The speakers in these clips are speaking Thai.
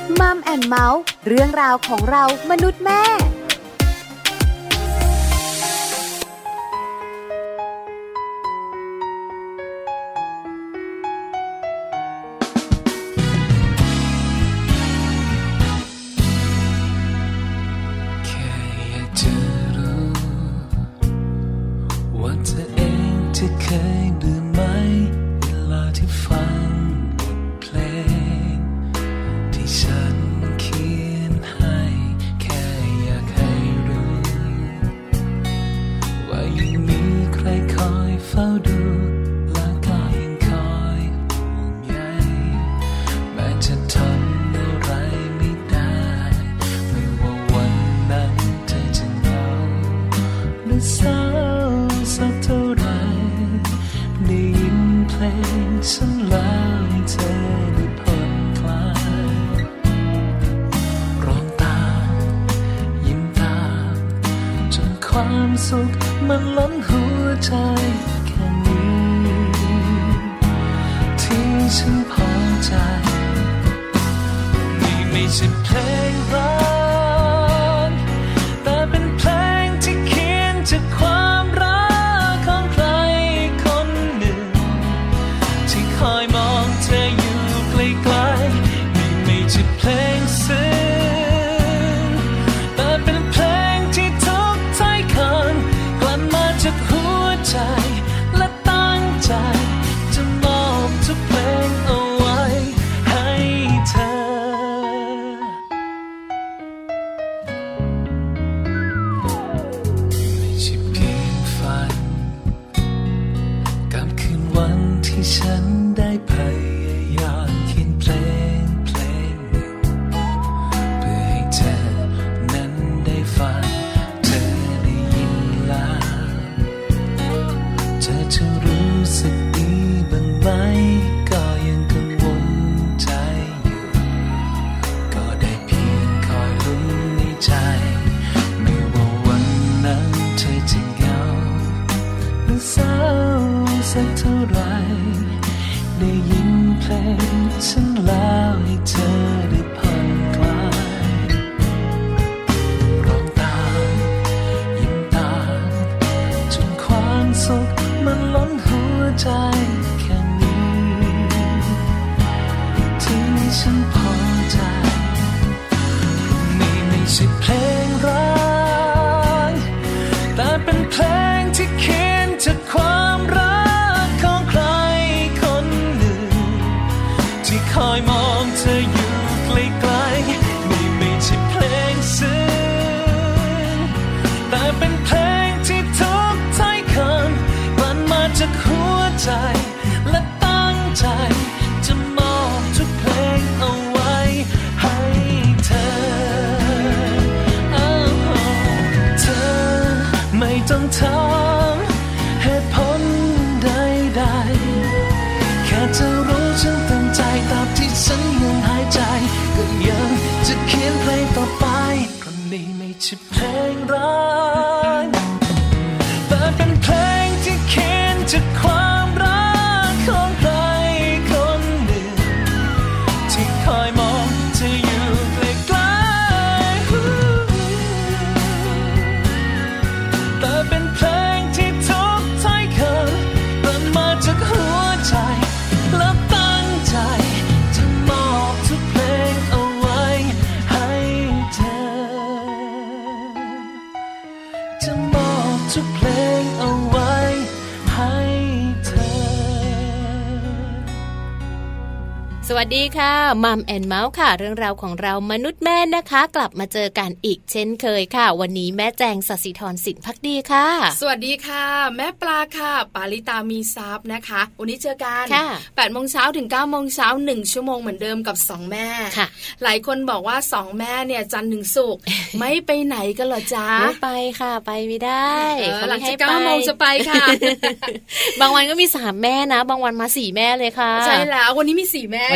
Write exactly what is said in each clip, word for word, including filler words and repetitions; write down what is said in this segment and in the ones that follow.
มัมแอนด์เมาส์เรื่องราวของเรามนุษย์แม่เคยเบื่อไหมเวลาที่ฟังบทเพลงที่ฉันเขียนให้แค่อยากให้รู้ว่ายังมีใครคอยเฝ้าดูและก็ยังคอยห่วงใยแม้จะทำอะไรไม่ได้ไม่ว่าวันนั้นเธอจะเหงาหรือเศร้าสักเท่าไรได้ยินเพลงฉันแล้วให้เธอได้ผ่อนคลายร้องตามยิ้มตามจนความสุขมันล้นหัวใจแค่นี้ที่ฉันพอใจนี่ไม่ใช่เพลงรักแต่เป็นเพลงที่เขียนจากความรักคอยมองเธออยู่ไกลๆนี่ไม่ใช่เพลงซึ้งแต่เป็นเพลงที่ทุกถ้อยคำกลั่นมาจากหัวใจและตั้งใจจะมอบทุกเพลงเอาไว้ให้เธอไม่ใช่เพียงฝันกับคืนวันที่ฉันได้พยายามเขียนเพลงเพลงหนึ่งเพื่อให้เธอนั้นได้ฟังเธอได้ยินแล้วเธอจะรู้สึกดีบ้างไหมก็ยังกังวลใจอยู่ก็ได้เพียงคอยลุ้นในใจไม่ว่าวันนั้นเธอจะเหงาหรือเศร้าสักเท่าไรได้ยินเพลงฉันแล้วให้เธอได้ผ่อนคลายร้องตามยิ้มตามจนความสุขมันล้นหัวใจแค่นี้ที่ฉันพอใจนี่ไม่ใช่เพลงรักแต่เป็นเพลงที่เขียนจากความรักคอยมองเธออยู่ไกลๆนี่ไม่ใช่เพลงซึ้งแต่เป็นเพลงที่ทุกถ้อยคำกลั่นมาจากหัวใจและตั้งใจจะมอบทุกเพลงเอาไว้ให้เธอเธอไม่ต้องถามเหตุผลใดๆแค่เธอรู้ฉันตั้งใจตราบที่ฉันยังหายใจก็ยังจะเขียนเพลงต่อไปเพราะนี่ไม่ใช่เพลงรักแต่เป็นเพลงที่เขียนจากความรักของใครคนหนึ่งที่คอยมองเธออยู่ไกลๆแต่เป็นเพลงที่ทุกถ้อยคำกลั่นมาจากหัวใจและตั้งใจจะมอบทุกเพลงเอาไว้ให้เธอจะมอบทุกเพลงเอาไว้ให้เธอสวัสดีค่ะมัมแอนด์เมาส์ค่ะเรื่องราวของเรามนุษย์แม่นะคะกลับมาเจอกันอีกเช่นเคยค่ะวันนี้แม่แจงศศิธรสินภักดีค่ะสวัสดีค่ะแม่ปลาค่ะปาริตามีซับนะคะวันนี้เจอกันแปดโมงเช้าถึงเก้าโมงเช้าหนึ่งชั่วโมงเหมือนเดิมกับสองแม่ค่ะหลายคนบอกว่าสองแม่เนี่ยจันทร์ถึงศุกร์ ไม่ไปไหนกันหรอจ๊ะไม่ไปค่ะไปไม่ได้หลังจากเก้าโมงจะไปค่ะบางวันก็มีสามแม่นะบางวันมาสี่แม่เลยค่ะใช่แล้ววันนี้มีสี่แม่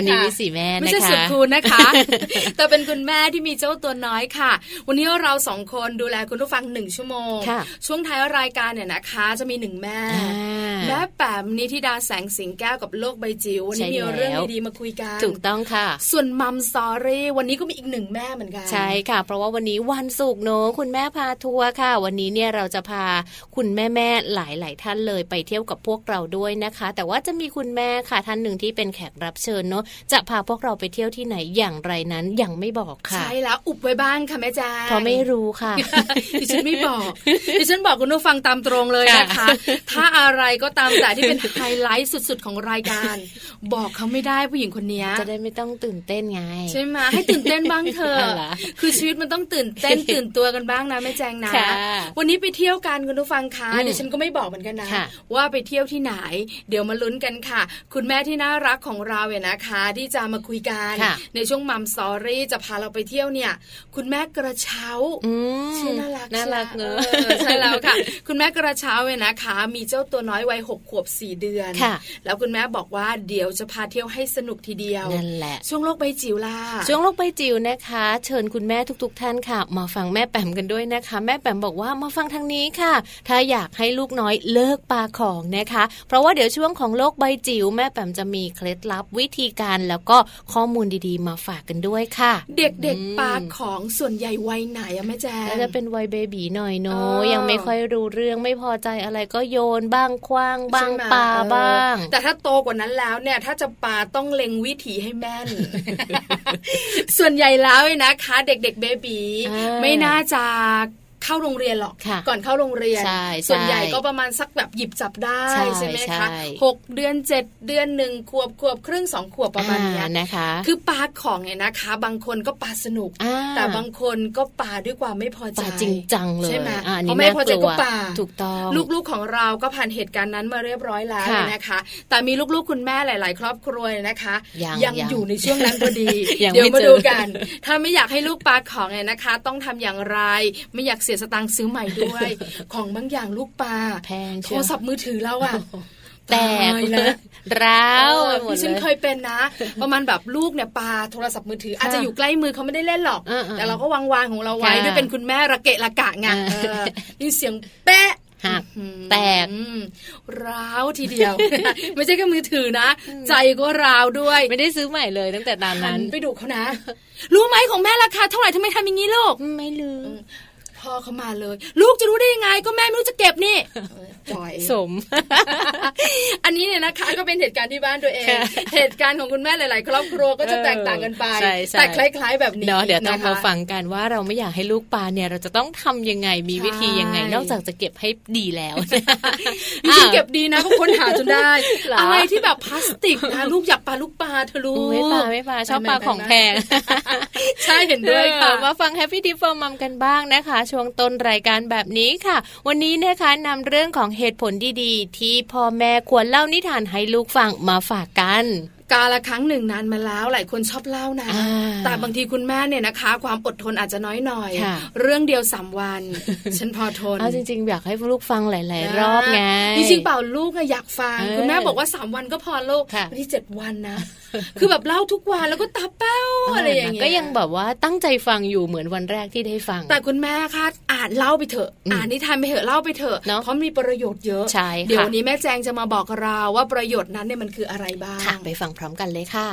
นี้มีสี่แม่นะคะไม่ใช่สุดคูณนะคะแต่เป็นคุณแม่ที่มีเจ้าตัวน้อยค่ะวันนี้เราสองคนดูแลคุณผู้ฟังหนึ่งชั่วโมงช่วงท้ายรายการเนี่ยนะคะจะมีหนึ่งแม่แม่แปมนิธิดาแสงสิงแก้วกับโลกใบจิ๋ววันนี้มีเรื่องดีๆมาคุยกันถูกต้องค่ะส่วนมัมสอรี่วันนี้ก็มีอีกหนึ่งแม่เหมือนกันใช่ค่ะเพราะว่าวันนี้วันศุกร์เนอะคุณแม่พาทัวร์ค่ะวันนี้เนี่ยเราจะพาคุณแม่ๆหลายๆท่านเลยไปเที่ยวกับพวกเราด้วยนะคะแต่ว่าจะมีคุณแม่ค่ะท่านหนึ่งที่เป็นแขกรับเชิญเนอะจะพาพวกเราไปเที่ยวที่ไหนอย่างไรนั้นยังไม่บอกค่ะใช่แล้วอุบไว้บ้างค่ะแม่จ้าเพราะไม่รู้ค่ะดิฉันไม่บอกดิฉันบอกคุณผู้ฟังตามตรงเลยนะคะถ้าอะไรก็ตามแต่ที่เป็นไฮไลท์สุดๆของรายการบอกเขาไม่ได้ผู้หญิงคนนี้จะได้ไม่ต้องตื่นเต้นไงใช่ไหมให้ตื่นเต้นบ้างเถอะคือชีวิตมันต้องตื่นเต้นตื่นตัวกันบ้างนะแม่แจงนะวันนี้ไปเที่ยวกันคุณผู้ฟังคะดิฉันก็ไม่บอกเหมือนกันนะว่าไปเที่ยวที่ไหนเดี๋ยวมาลุ้นกันค่ะคุณแม่ที่น่ารักของเราเนี่ยนะคะที่จะมาคุยกันในช่วงมัมสอรี่จะพาเราไปเที่ยวเนี่ยคุณแม่กระเช้าชื่อน่ารักน่ารักเนอะใช่แล้วค่ะคุณแม่กระเช้าเนี่ยนะคะมีเจ้าตัวน้อยวัยหกขวบสี่เดือนแล้วคุณแม่บอกว่าเดี๋ยวจะพาเที่ยวให้สนุกทีเดียวนั่นแหละช่วงโลกใบจิ๋วล่ะช่วงโลกใบจิ๋วนะคะเชิญคุณแม่ทุกๆท่านค่ะมาฟังแม่แปมกันด้วยนะคะแม่แปมบอกว่ามาฟังทางนี้ค่ะถ้าอยากให้ลูกน้อยเลิกปาของนะคะเพราะว่าเดี๋ยวช่วงของโลกใบจิ๋วแม่แปมจะมีเคล็ดลับวิธีการแล้วก็ข้อมูลดีๆมาฝากกันด้วยค่ะเด็กๆปาของส่วนใหญ่วัยไหนอะแม่แจ๊ก็จะเป็นวัยเบบีหน่อยเนาะยังไม่ค่อยรู้เรื่องไม่พอใจอะไรก็โยนบ้างคว้างบ้างปาบ้างแต่ถ้าโตกว่านั้นแล้วเนี่ยถ้าจะปาต้องเล็งวิถีให้แม่น ส่วนใหญ่แล้วนะคะเด็กๆเบบีไม่น่าจะเข้าโรงเรียนหรอกก่อนเข้าโรงเรียนส่วนใหญ่ก็ประมาณสักแบบหยิบจับได้ใช่ไหมคะหกเดือนเจ็ดเดือนหนึ่งขวบขวบครึ่งสองขวบประมาณนี้นะคะคือปาของเนี่ยนะคะบางคนก็ปาสนุกแต่บางคนก็ปาด้วยความไม่พอใจจริงจังเลยใช่ไหมเพราะไม่พอใจก็ปาถูกต้องลูกๆของเราก็ผ่านเหตุการณ์นั้นมาเรียบร้อยแล้วนะคะแต่มีลูกๆคุณแม่หลายๆครอบครัวนะคะยังอยู่ในช่วงนั้นพอดีเดี๋ยวมาดูกันถ้าไม่อยากให้ลูกปาของเนี่ยนะคะต้องทำอย่างไรไม่อยากเสียสตางค์ซื้อใหม่ด้วยของบางอย่างลูกปลาแพงโทรศัพท์มือถือเราอะแตกนะร้าวดิฉันเคยเป็นนะประมาณแบบลูกเนี่ยปาโทรศัพท์มือถืออาจจะอยู่ใกล้มือเขาไม่ได้เล่นหรอกแต่เราก็วางๆของเราไว้ด้วยเป็นคุณแม่ระเกะระกะไงนี่เสียงแปะหักแตกร้าวทีเดียวไม่ใช่แค่มือถือนะใจก็ร้าวด้วยไม่ได้ซื้อใหม่เลยตั้งแต่ตอนนั้นไปดูเขานะรู้ไหมของแม่ราคาเท่าไหร่ทำไมทำอย่างนี้ลูกไม่รู้พ่อเขามาเลยลูกจะรู้ได้ยังไงก็แม่ไม่รู้จะเก็บนี่ปล่อยสมอันนี้เนี่ยนะคะก็เป็นเหตุการณ์ที่บ้านตัวเองเหตุการณ์ของคุณแม่หลายๆครอบครัวก็จะแตกต่างกันไปแต่คล้ายๆแบบนี้เดี๋ยวต้องมาฟังกันว่าเราไม่อยากให้ลูกปาเนี่ยเราจะต้องทำยังไงมีวิธียังไงนอกจากจะเก็บให้ดีแล้วจริงๆเก็บดีนะก็ค้นหาจนได้อะไรที่แบบพลาสติกนะลูกอยากปาลูกปาเธอรู้ไม่ปาไม่ปาชอบปาของแพงใช่เห็นด้วยค่ะมาฟัง Happy Tip for Mom กันบ้างนะคะช่วงต้นรายการแบบนี้ค่ะวันนี้นะคะนำเรื่องของเหตุผลดีๆที่พ่อแม่ควรเล่านิทานให้ลูกฟังมาฝากกันกาละครั้งหนึ่งนานมาแล้วหลายคนชอบเล่านะแต่บางทีคุณแม่เนี่ยนะคะความอดทนอาจจะน้อยหน่อยเรื่องเดียวสามวันฉันพอทนเอาจริงๆอยากให้ลูกฟังหลายๆรอบไงจริงๆเปล่าลูกอยากฟังคุณแม่บอกว่าสามวันก็พอลูกวันที่เจ็ดวันนะคือแบบเล่าทุกวันแล้วก็ตาเป้าอะไรอย่างเงี้ยก็ยังแบบว่าตั้งใจฟังอยู่เหมือนวันแรกที่ได้ฟังแต่คุณแม่คะอ่านเล่าไปเถอะอ่านนิทานไปเถอะเล่าไปเถอะเพราะมีประโยชน์เยอะเดี๋ยววันนี้แม่แจงจะมาบอกเราว่าประโยชน์นั้นเนี่ยมันคืออะไรบ้างไปฟังพร้อมกันเลยค่ะ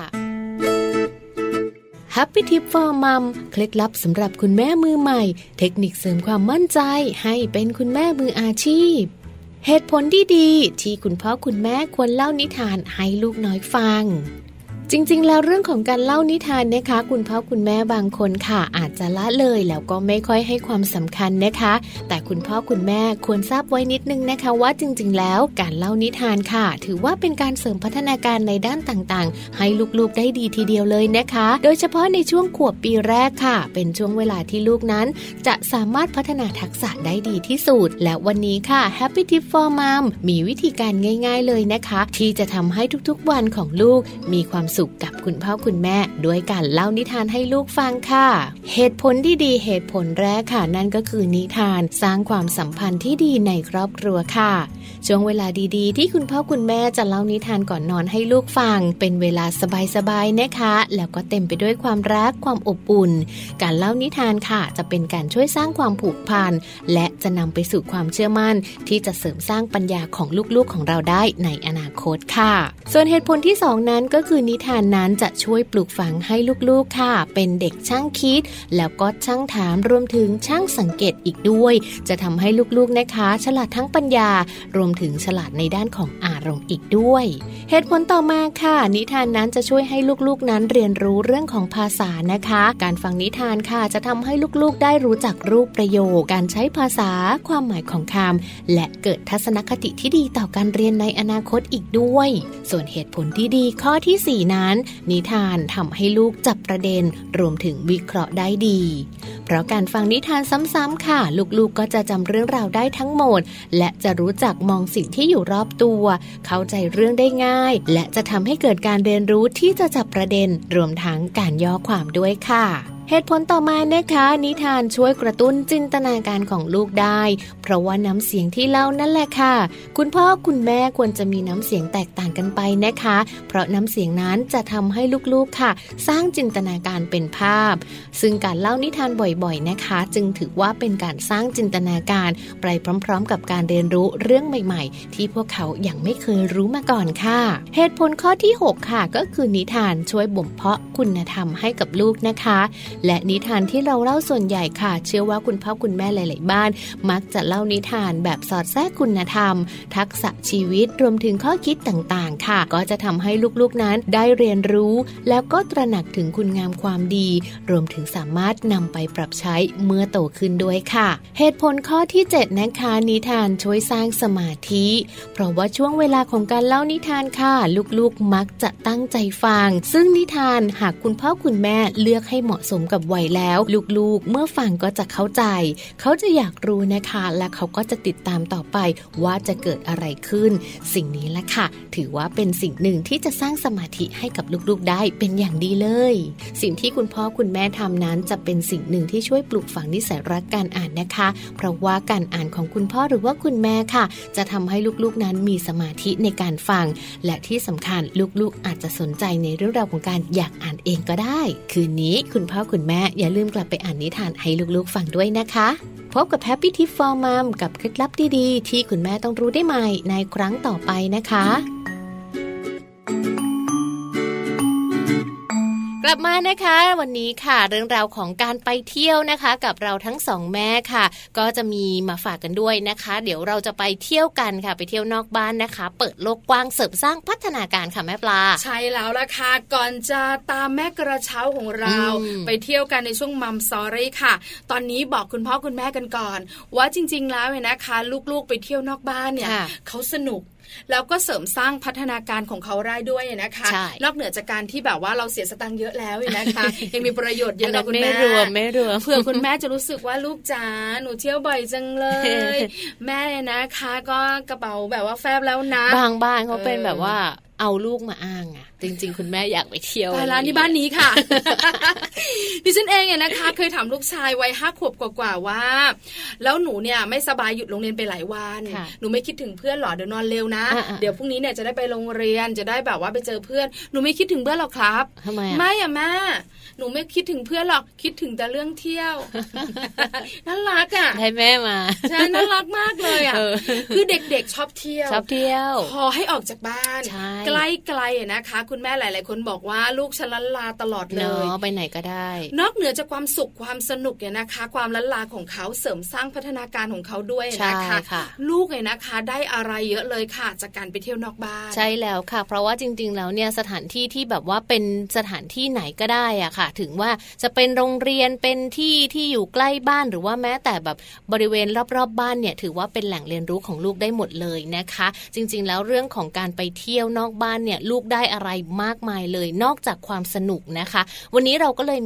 Happy Tip for Mom เคล็ดลับสำหรับคุณแม่มือใหม่เทคนิคเสริมความมั่นใจให้เป็นคุณแม่มืออาชีพเหตุผลดีๆที่คุณพ่อคุณแม่ควรเล่านิทานให้ลูกน้อยฟังจริงๆแล้วเรื่องของการเล่านิทานนะคะคุณพ่อคุณแม่บางคนค่ะอาจจะละเลยแล้วก็ไม่ค่อยให้ความสำคัญนะคะแต่คุณพ่อคุณแม่ควรทราบไว้นิดนึงนะคะว่าจริงๆแล้วการเล่านิทานค่ะถือว่าเป็นการเสริมพัฒนาการในด้านต่างๆให้ลูกๆได้ดีทีเดียวเลยนะคะโดยเฉพาะในช่วงขวบปีแรกค่ะเป็นช่วงเวลาที่ลูกนั้นจะสามารถพัฒนาทักษะได้ดีที่สุดและวันนี้ค่ะ Happy Tip for Mom มีวิธีการง่ายๆเลยนะคะที่จะทำให้ทุกๆวันของลูกมีความสุขสุขกับคุณพ่อคุณแม่ด้วยการเล่านิทานให้ลูกฟังค่ะเหตุผลที่ดีเหตุผลแรกค่ะนั่นก็คือนิทานสร้างความสัมพันธ์ที่ดีในครอบครัวค่ะช่วงเวลาดีๆที่คุณพ่อคุณแม่จะเล่านิทานก่อนนอนให้ลูกฟังเป็นเวลาสบายๆนะคะแล้วก็เต็มไปด้วยความรักความอบอุ่นการเล่านิทานค่ะจะเป็นการช่วยสร้างความผูกพันและจะนำไปสู่ความเชื่อมั่นที่จะเสริมสร้างปัญญาของลูกๆของเราได้ในอนาคตค่ะส่วนเหตุผลที่สองนั้นก็คือนิทานนั้นจะช่วยปลูกฝังให้ลูกๆค่ะเป็นเด็กช่างคิดแล้วก็ช่างถามรวมถึงช่างสังเกตอีกด้วยจะทำให้ลูกๆนะคะฉลาดทั้งปัญญารวมถึงฉลาดในด้านของอารมณ์อีกด้วยเหตุผลต่อมาค่ะนิทานนั้นจะช่วยให้ลูกๆนั้นเรียนรู้เรื่องของภาษานะคะการฟังนิทานค่ะจะทำให้ลูกๆได้รู้จักรูปประโยคการใช้ภาษาความหมายของคำและเกิดทัศนคติที่ดีต่อการเรียนในอนาคตอีกด้วยส่วนเหตุผลที่ดีข้อที่สี่นั้นนิทานทำให้ลูกจับประเด็นรวมถึงวิเคราะห์ได้ดีเพราะการฟังนิทานซ้ำๆค่ะลูกๆก็จะจำเรื่องราวได้ทั้งหมดและจะรู้จักมองสิ่งที่อยู่รอบตัวเข้าใจเรื่องได้ง่ายและจะทำให้เกิดการเรียนรู้ที่จะจับประเด็นรวมทั้งการย่อความด้วยค่ะเหตุผลต่อมานะคะนิทานช่วยกระตุ้นจินตนาการของลูกได้เพราะว่าน้ำเสียงที่เล่านั่นแหละค่ะคุณพ่อคุณแม่ควรจะมีน้ำเสียงแตกต่างกันไปนะคะเพราะน้ำเสียงนั้นจะทำให้ลูกๆค่ะสร้างจินตนาการเป็นภาพซึ่งการเล่านิทานบ่อยๆนะคะจึงถือว่าเป็นการสร้างจินตนาการไปพร้อมๆกับการเรียนรู้เรื่องใหม่ๆที่พวกเขายังไม่เคยรู้มาก่อนค่ะเหตุผลข้อที่หกค่ะก็คือนิทานช่วยบ่มเพาะคุณธรรมให้กับลูกนะคะและนิทานที่เราเล่าส่วนใหญ่ค่ะเชื่อว่าคุณพ่อคุณแม่หลายๆบ้านมักจะเล่านิทานแบบสอดแทรกคุณธรรมทักษะชีวิตรวมถึงข้อคิดต่างๆค่ะก็จะทำให้ลูกๆนั้นได้เรียนรู้แล้วก็ตระหนักถึงคุณงามความดีรวมถึงสามารถนำไปปรับใช้เมื่อโตขึ้นด้วยค่ะเหตุผลข้อที่เจ็ดนะคะนิทานช่วยสร้างสมาธิเพราะว่าช่วงเวลาของการเล่านิทานค่ะลูกๆมักจะตั้งใจฟังซึ่งนิทานหากคุณพ่อคุณแม่เลือกให้เหมาะสมกับวัยแล้วลูกๆเมื่อฟังก็จะเข้าใจเขาจะอยากรู้นะคะและเขาก็จะติดตามต่อไปว่าจะเกิดอะไรขึ้นสิ่งนี้แหละค่ะถือว่าเป็นสิ่งหนึ่งที่จะสร้างสมาธิให้กับลูกๆได้เป็นอย่างดีเลยสิ่งที่คุณพ่อคุณแม่ทำนั้นจะเป็นสิ่งหนึ่งที่ช่วยปลูกฝังนิสัยรักการอ่านนะคะเพราะว่าการอ่านของคุณพ่อหรือว่าคุณแม่ค่ะจะทำให้ลูกๆนั้นมีสมาธิในการฟังและที่สำคัญลูกๆอาจจะสนใจในเรื่องราวของการอยากอ่านเองก็ได้คืนนี้คุณพ่อคุณแม่อย่าลืมกลับไปอ่านนิทานให้ลูกๆฟังด้วยนะคะพบกับ Happy Tip for Mom กับเคล็ดลับดีๆที่คุณแม่ต้องรู้ได้ใหม่ในครั้งต่อไปนะคะกลับมานะคะวันนี้ค่ะเรื่องราวของการไปเที่ยวนะคะกับเราทั้งสองแม่ค่ะก็จะมีมาฝากกันด้วยนะคะเดี๋ยวเราจะไปเที่ยวกันค่ะไปเที่ยวนอกบ้านนะคะเปิดโลกกว้างเสริมสร้างพัฒนาการค่ะแม่ปลาใช่แล้วล่ะค่ะก่อนจะตามแม่กระเช้าของเราไปเที่ยวกันในช่วงมัมซอรี่ค่ะตอนนี้บอกคุณพ่อคุณแม่กันก่อนว่าจริงๆแล้วเนี่ยนะคะลูกๆไปเที่ยวนอกบ้านเนี่ยเขาสนุกแล้วก็เสริมสร้างพัฒนาการของเขาได้ด้วยนะคะนอกเหนือจากการที่แบบว่าเราเสียสตังค์เยอะแล้วนะคะ ยังมีประโยชน์เยอะกับคุณแม่ไม่รวมไม่รวมเผื่อคุณแม่จะรู้สึกว่าลูกจ๋าหนูเที่ยวบ่อยจังเลย แม่นะคะก็กระเป๋าแบบว่าแฟบแล้วนะบางบ้านเขาเป็นแบบว่าเอาลูกมาอ้างอ่ะจริงๆคุณแม่อยากไปเที่ยวไปร้านที่บ้านนี้ค่ะ ดิฉันเองเนี่ยนะคะเคยถามลูกชายวัยห้าขวบกว่าๆว่าแล้วหนูเนี่ยไม่สบายหยุดโรงเรียนไปหลายวันหนูไม่คิดถึงเพื่อนหรอเดี๋ยวนอนเร็วนะเดี๋ยวพรุ่งนี้เนี่ยจะได้ไปโรงเรียนจะได้แบบว่าไปเจอเพื่อนหนูไม่คิดถึงเพื่อนหรอกครับทำไมไม่อะแม่หนูไม่คิดถึงเพื่อนหรอกคิดถึงแต่เรื่องเที่ยวน่ารักอ่ะให้แม่มาใช่น่ารักมากเลยอ่ะคือเด็กๆชอบเที่ยวชอบเที่ยวพอให้ออกจากบ้านใกล้ๆนะคะคุณแม่หลายๆคนบอกว่าลูกฉันลันลาตลอดเลยไปไหนก็ได้นอกเหนือจากความสุขความสนุกเนี่ยนะคะความลันลาของเขาเสริมสร้างพัฒนาการของเขาด้วยนะคะลูกเนี่ยนะคะได้อะไรเยอะเลยค่ะจากการไปเที่ยวนอกบ้านใช่แล้วค่ะเพราะว่าจริงๆแล้วเนี่ยสถานที่ที่แบบว่าเป็นสถานที่ไหนก็ได้อะค่ะถึงว่าจะเป็นโรงเรียนเป็นที่ที่อยู่ใกล้บ้านหรือว่าแม้แต่แบบบริเวณรอบๆ บ, บ้านเนี่ยถือว่าเป็นแหล่งเรียนรู้ของลูกได้หมดเลยนะคะจริงๆแล้วเรื่องของการไปเที่ยวนอกบ้านเนี่ยลูกได้อะไรมากมายเลยนอกจากความสนุกนะคะวันนี้เราก็เลยมี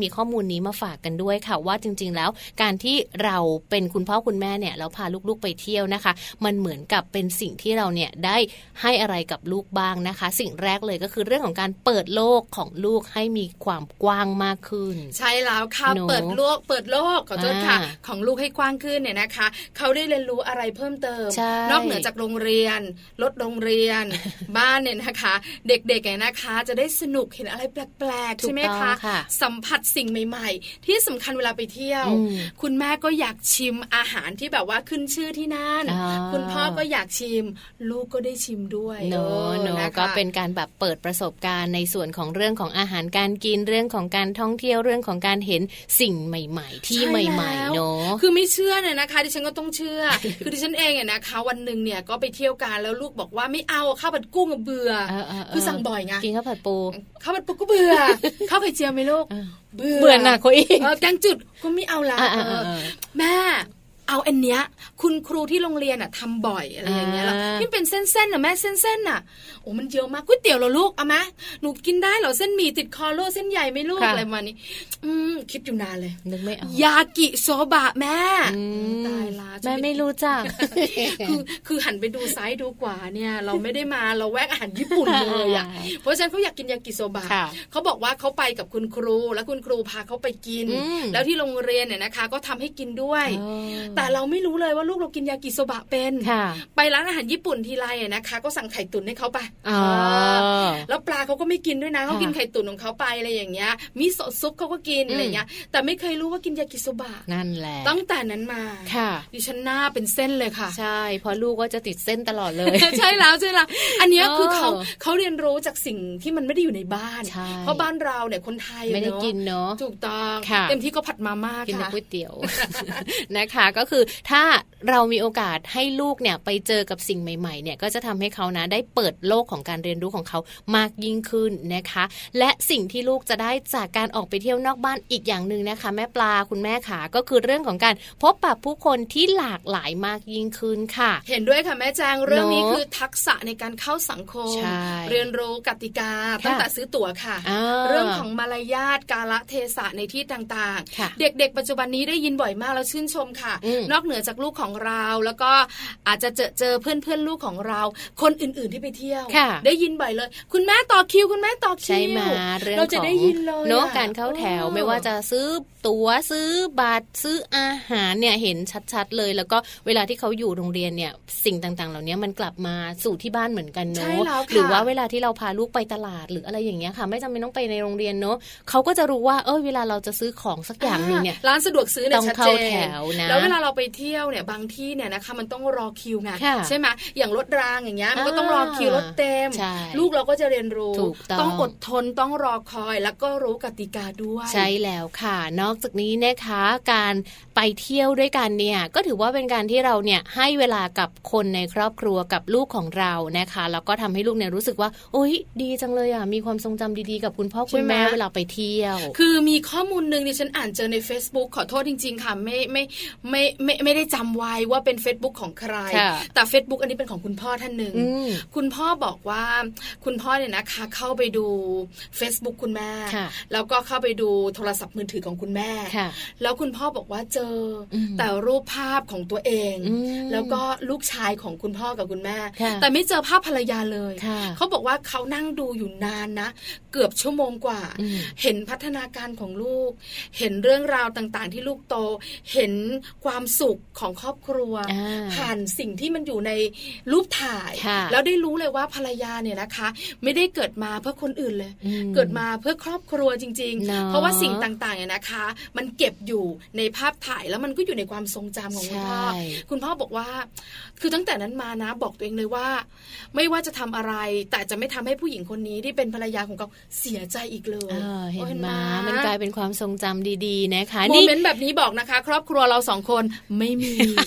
มีข้อมูลนี้มาฝากกันด้วยค่ะว่าจริงๆแล้วการที่เราเป็นคุณพ่อคุณแม่เนี่ยแล้วพาลูกๆไปเที่ยวนะคะมันเหมือนกับเป็นสิ่งที่เราเนี่ยได้ให้อะไรกับลูกบ้างนะคะสิ่งแรกเลยก็คือเรื่องของการเปิดโลกของลูกให้มีความกว้างมากขึ้นใช่แล้วค่ะเปิดโลกเปิดโลกขอโทษค่ะของลูกให้กว้างขึ้นเนี่ยนะคะเขาได้เรียนรู้อะไรเพิ่มเติมนอกเหนือจากโรงเรียนรถโรงเรียน บ้านเนี่ยนะคะเด็กๆเนี่ยนะคะจะได้สนุกเห็นอะไรแปลกๆใช่ไหมคะสัมผัสสิ่งใหม่ๆที่สำคัญเวลาไปเที่ยวคุณแม่ก็อยากชิมอาหารที่แบบว่าขึ้นชื่อที่นั่นคุณพ่อก็อยากชิมลูกก็ได้ชิมด้วยเนอะเนอะก็เป็นการแบบเปิดประสบการณ์ในส่วนของเรื่องของอาหารการกินเรื่องของการท่องเที่ยวเรื่องของการเห็นสิ่งใหม่ๆที่ใหม่ๆเนอะคือไม่เชื่อเนี่ยนะคะดิฉันก็ต้องเชื่อ คือดิฉันเองเนี่ยนะคะวันหนึ่งเนี่ยก็ไปเที่ยวกันแล้วลูกบอกว่าไม่เอาข้าวผัดกุ้งเบื่อคือสั่งบ่อยไงกินข้าวผัดปูข้าวผัดปูก็เบื่อข้าวไข่เจียวไหมลูกเบื่อเบื่อหนักกว่าอีกแกงจืดก็ไม่เอาละแม่เอาอันเนี้ยคุณครูที่โรงเรียนอ่ะทำบ่อยอะไรอย่างเงี้ยแล้วนี่เป็นเส้นๆน่ะแม่เส้นๆน่ะโอ้มันเยอะมากก๋วยเตี๋ยวเหรอลูกเอาไหมหนูกินได้เหรอเส้นหมี่ติดคอลูกเส้นใหญ่ไม่ลูกอะไรมานี่อืมคิดอยู่นานเลยนึกไม่ออกยากิโซบะแม่ตายละแม่ไม่รู้จักคือคือหันไปดูซ้ายดูขวาเนี่ยเราไม่ได้มาเราแวกอาหารญี่ปุ่นเลยอ่ะเพราะฉะนั้นเขาอยากกินยากิโซบะเขาบอกว่าเขาไปกับคุณครูแล้วคุณครูพาเขาไปกินแล้วที่โรงเรียนเนี่ยนะคะก็ทำให้กินด้วยแต่เราไม่รู้เลยว่าลูกเรากินยากิโซบะเป็นไปร้านอาหารญี่ปุ่นทีไรนะคะก็สั่งไข่ตุ๋นให้เขาไปแล้วปลาเขาก็ไม่กินด้วยนะเขากินไข่ตุ๋นของเขาไปอะไรอย่างเงี้ยมิโซะซุปเขาก็กินอะไรเงี้ยแต่ไม่เคยรู้ว่ากินยากิโซบะนั่นแหละตั้งแต่นั้นมาดิฉันหน้าเป็นเส้นเลยค่ะใช่เพราะลูกก็จะติดเส้นตลอดเลยใช่แล้วใช่แล้วอันนี้คือเขาเขาเรียนรู้จากสิ่งที่มันไม่ได้อยู่ในบ้านเพราะบ้านเราเนี่ยคนไทยไม่ได้กินเนาะถูกต้องเต็มที่ก็ผัดมาม่ากินก๋วยเตี๋ยวนะคะก็คือถ้าเรามีโอกาสให้ลูกเนี่ยไปเจอกับสิ่งใหม่ๆเนี่ยก็จะทำให้เขานะได้เปิดโลกของการเรียนรู้ของเขามากยิ่งขึ้นนะคะและสิ่งที่ลูกจะได้จากการออกไปเที่ยวนอกบ้านอีกอย่างนึงนะคะแม่ปลาคุณแม่ขาก็คือเรื่องของการพบปะผู้คนที่หลากหลายมากยิ่งขึ้นค่ะเห็นด้วยค่ะแม่แจงเรื่องนี้คือทักษะในการเข้าสังคมเรียนรู้กติกาตั้งแต่ซื้อตั๋วค่ะเรื่องของมารยาทกาลเทศะในที่ต่างๆเด็กๆปัจจุบันนี้ได้ยินบ่อยมากแล้วชื่นชมค่ะนอกเหนือจากลูกของเราแล้วก็อาจจะเจอเจอเพื่อนเพื่อนลูกของเราคนอื่นๆที่ไปเที่ยวได้ยินบ่อยเลยคุณแม่ต่อคิวคุณแม่ต่อคิวเราจะได้ยินเลยเนาะการเข้าแถวไม่ว่าจะซื้อตั๋วซื้อบัตรซื้ออาหารเนี่ยเห็นชัดๆเลยแล้วก็เวลาที่เขาอยู่โรงเรียนเนี่ยสิ่งต่างๆเหล่านี้มันกลับมาสู่ที่บ้านเหมือนกันเนาะหรือว่าเวลาที่เราพาลูกไปตลาดหรืออะไรอย่างเงี้ยค่ะไม่จำเป็นต้องไปในโรงเรียนเนาะเขาก็จะรู้ว่าเออเวลาเราจะซื้อของสักอย่างนึงเนี่ยร้านสะดวกซื้อเนี่ยชัดเจนนะแล้วเวลาเราไปเที่ยวเนี่ยบางที่เนี่ยนะคะมันต้องรอคิวไงใช่ไหมอย่างรถรางอย่างเงี้ยมันก็ต้องรอคิวรถเต็มลูกเราก็จะเรียนรู้ต้องอดทนต้องรอคอยแล้วก็รู้กติกาด้วยใช่แล้วค่ะนอกจากนี้นะคะการไปเที่ยวด้วยกันเนี่ยก็ถือว่าเป็นการที่เราเนี่ยให้เวลากับคนในครอบครัวกับลูกของเรานะคะแล้วก็ทำให้ลูกเนี่ยรู้สึกว่าโอ๊ยดีจังเลยอ่ะมีความทรงจำดีๆกับคุณพ่อคุณแม่เวลาไปเที่ยวคือมีข้อมูลนึงที่ฉันอ่านเจอใน Facebook ขอโทษจริงๆค่ะไม่ไม่ไม่ไม่ไม่ได้จำไว้ว่าเป็น Facebook ของใครแต่ Facebook อันนี้เป็นของคุณพ่อท่านหนึ่งคุณพ่อบอกว่าคุณพ่อเนี่ยนะคะเข้าไปดู Facebook คุณแม่แล้วก็เข้าไปดูโทรศัพท์มือถือของคุณแม่แล้วคุณพ่อบอกว่าเจอแต่รูปภาพของตัวเองแล้วก็ลูกชายของคุณพ่อกับคุณแม่แต่ไม่เจอภาพภรรยาเลยเขาบอกว่าเขานั่งดูอยู่นานนะเกือบชั่วโมงกว่าเห็นพัฒนาการของลูกเห็นเรื่องราวต่างๆที่ลูกโตเห็นความสุขของครอบครัวผ่านสิ่งที่มันอยู่ในรูปถ่ายแล้วได้รู้เลยว่าภรรยาเนี่ยนะคะไม่ได้เกิดมาเพื่อคนอื่นเลยเกิดมาเพื่อครอบครัวจริงๆเพราะว่าสิ่งต่างๆเนี่ยนะคะมันเก็บอยู่ในภาพถ่ายแล้วมันก็อยู่ในความทรงจำของคุณพ่อคุณพ่อบอกว่าคือตั้งแต่นั้นมานะบอกตัวเองเลยว่าไม่ว่าจะทำอะไรแต่จะไม่ทำให้ผู้หญิงคนนี้ที่เป็นภรรยาของเขาเสียใจอีกเลยเห็นไหมมันกลายเป็นความทรงจำดีๆนะคะโมเมนต์แบบนี้บอกนะคะครอบครัวเราสองคนไม่มี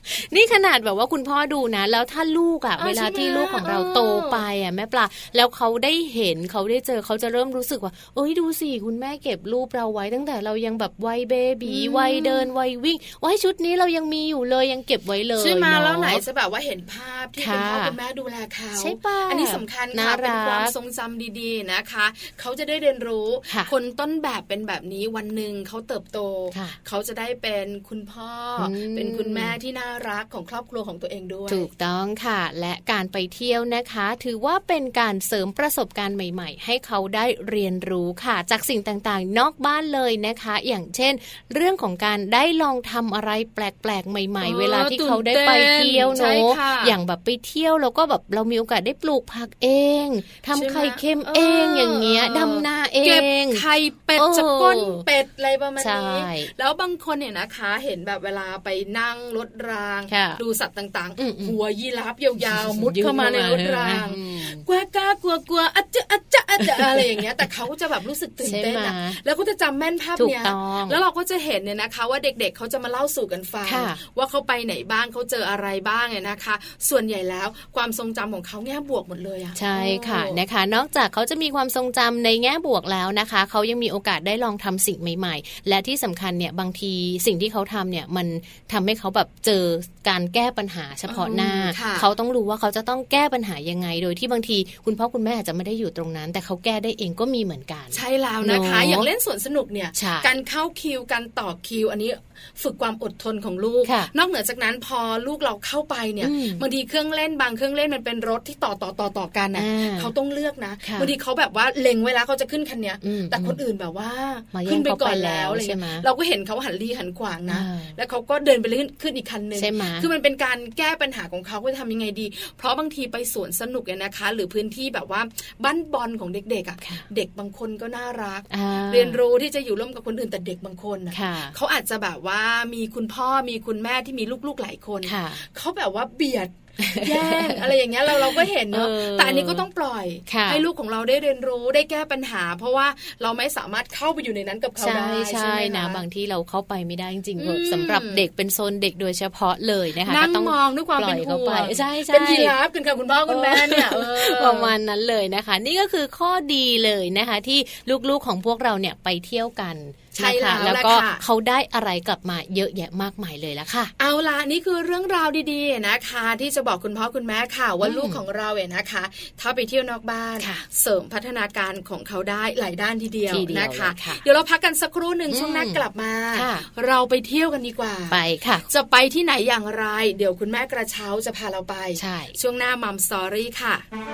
นี่ขนาดแบบว่าคุณพ่อดูนะแล้วถ้าลูกอ่ะเวลาที่ลูกของเราโตไปอ่ะแม่ปลาแล้วเขาได้เห็นเขาได้เจอเขาจะเริ่มรู้สึกว่าเอ้ยดูสิคุณแม่เก็บรูปเราไว้ตั้งแต่เรายังแบบวัยเบบีวัยเดินวัยวิ่งว่าชุดนี้เรายังมีอยู่เลยยังเก็บไว้เลยใช่มาแล้วไหนจะแบบว่าเห็นภาพที่คุณพ่อคุณแม่ดูแลเขาใช่ป่ะอันนี้สำคัญค่ะเป็นความทรงจำดีๆนะคะเขาจะได้เรียนรู้คนต้นแบบเป็นแบบนี้วันหนึ่งเขาเติบโตเขาจะได้เป็นคุณพ่อเป็นคุณแม่ที่น่ารักของครอบครัวของตัวเองด้วยถูกต้องค่ะและการไปเที่ยวนะคะถือว่าเป็นการเสริมประสบการณ์ใหม่ๆให้เขาได้เรียนรู้ค่ะจากสิ่งต่างๆนอกบ้านเลยนะคะอย่างเช่นเรื่องของการได้ลองทำอะไรแปลกๆใหม่ๆเวลาที่เขาได้ไปเที่ยวเนอะอย่างแบบไปเที่ยวแล้วก็แบบเรามีโอกาสได้ปลูกผักเองทำไข่เค็มเองอย่างเงี้ยดำนาเองเก็บไข่เป็ดจากก้นเป็ดอะไรประมาณนี้แล้วบางคนเนี่ยนะคะเห็นแบบเวลาไปนั่งรถรางดูสัตว์ต่างๆหัวยีราฟยาวๆมุดเข้ามาในรถรางกลัวกล้ากลัวกลัวอัจจะอัจจะอัจจะอะไรอย่างเงี้ยแต่เขาจะแบบรู้สึกตื่นเต้นนะแล้วก็จะจำแม่นภาพเนี้ยแล้วเราก็จะเห็นเนี่ยนะคะว่าเด็กๆเขาจะมาเล่าสู่กันฟังว่าเขาไปไหนบ้างเขาเจออะไรบ้างเนี่ยนะคะส่วนใหญ่แล้วความทรงจำของเขาแง่บวกหมดเลยอ่ะใช่ค่ะนะคะนอกจากเขาจะมีความทรงจำในแง่บวกแล้วนะคะเขายังมีโอกาสได้ลองทำสิ่งใหม่ๆและที่สำคัญเนี่ยบางทีสิ่งที่เขาทำเนี่ยมันทำให้เขาแบบเจอการแก้ปัญหาเฉพาะหน้าเขาต้องรู้ว่าเขาจะต้องแก้ปัญหายังไงโดยที่บางทีคุณพ่อคุณแม่อาจจะไม่ได้อยู่ตรงนั้นแต่เขาแก้ได้เองก็มีเหมือนกันใช่แล้วนะคะอย่างเล่นสวนสนุกเนี่ยการเข้าคิวการต่อคิวอันนี้ฝึกความอดทนของลูกนอกเหนือจากนั้นพอลูกเราเข้าไปเนี่ยบางทีเครื่องเล่นบางเครื่องเล่นมันเป็นรถที่ต่อต่อต่อต่อกันนะเขาต้องเลือกนะบางทีเขาแบบว่าเล็งไว้แล้วเขาจะขึ้นคันเนี้ยแต่คนอื่นแบบว่าขึ้นไปก่อนแล้วอะไรเงี้ยเราก็เห็นเขาหันลี่หันขวางนะแล้วเขาก็เดินไปขึ้นขึ้นอีกคันนึงคือมันเป็นการแก้ปัญหาของเขาว่าทำยังไงดีเพราะบางทีไปสวนสนุกเนี่ยนะคะหรือพื้นที่แบบว่าบ้านบอลของเด็กๆอ่ะเด็กบางคนก็น่ารักเรียนรู้ที่จะอยู่ร่วมกับคนอื่นแต่เด็กบางคนเขาอาจจะแบบว่ามีคุณพ่อมีคุณแม่ที่มีลูกๆหลายคนเขาแบบว่าเบียดแย่งอะไรอย่างเงี้ยเราเราก็เห็นเนอะแต่อันนี้ก็ต้องปล่อยให้ลูกของเราได้เรียนรู้ได้แก้ปัญหาเพราะว่าเราไม่สามารถเข้าไปอยู่ในนั้นกับเขาได้ใช่นะบางที่เราเข้าไปไม่ได้จริงๆสำหรับเด็กเป็นโซนเด็กโดยเฉพาะเลยนะคะนั่งมองด้วยความเป็นห่วงใช่ใช่เป็นยีราฟกันค่ะคุณพ่อคุณแม่เนี่ยประมาณนั้นเลยนะคะนี่ก็คือข้อดีเลยนะคะที่ลูกๆของพวกเราเนี่ยไปเที่ยวกันใช่แล้วแล้วก็เขาได้อะไรกลับมาเยอะแยะมากมายเลยละค่ะเอาล่ะนี่คือเรื่องราวดีๆนะคะที่จะบอกคุณพ่อคุณแม่ค่ะว่าลูกของเราเนี่ยนะคะถ้าไปเที่ยวนอกบ้านเสริมพัฒนาการของเขาได้หลายด้านทีเดียวนะคะเดี๋ยวเราพักกันสักครู่หนึ่งช่วงหน้ากลับมาเราไปเที่ยวกันดีกว่าไปค่ะจะไปที่ไหนอย่างไรเดี๋ยวคุณแม่กระเช้าจะพาเราไปช่วงหน้ามัมสตอรี่ค่ะ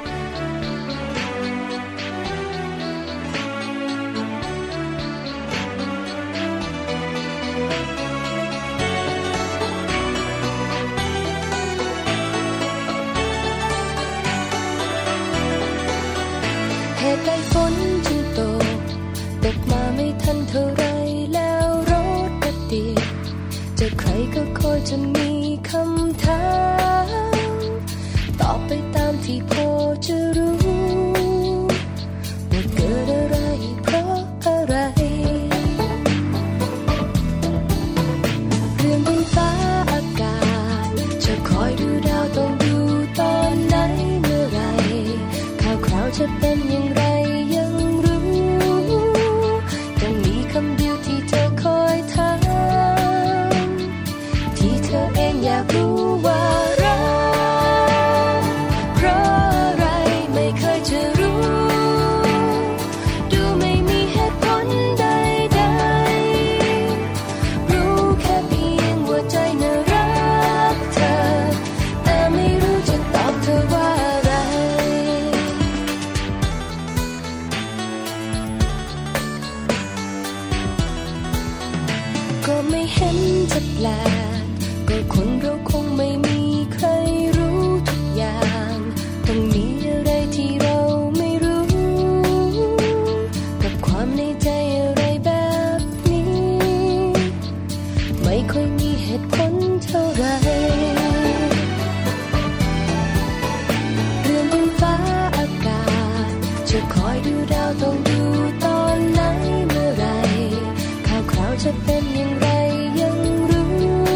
เหตุใดฝนจึงตกตกมาไม่ทันเท่าไรแล้วรถก็ติดจะใครก็คอยจะมีคำถามตอบไปตามที่พอจะรู้ว่าเกิดอะไรเพราะอะไรเรื่องบนฟ้าอากาศจะคอยดูดาวต้องดูตอนไหนเมื่อไรข่าวคราวจะเป็นอย่างไรยังรู้ยังมีคำเดียวที่เธอคอยถามที่เธอเองอยากรู้ว่ารักเพราะอะไรไม่เคยจะรู้ดูไม่มีเหตุผลใดๆรู้แค่เพียงว่าใจน่ารักเธอแต่ไม่รู้จะตอบเธอว่าอะไรก็ไม่เห็นจะแปลกก็คนเราคงไม่มีใครรู้ทุกอย่างต้องมีอะไรที่เราไม่รู้กับความในใจอะไรแบบนี้ไม่ค่อยมีเหตุผลเท่าไรเรื่องบนฟ้าอากาศจะคอยดูดาวต้องดูตอนไหนเมื่อไรข่าวคราวจะเป็นอย่างไรยังรู้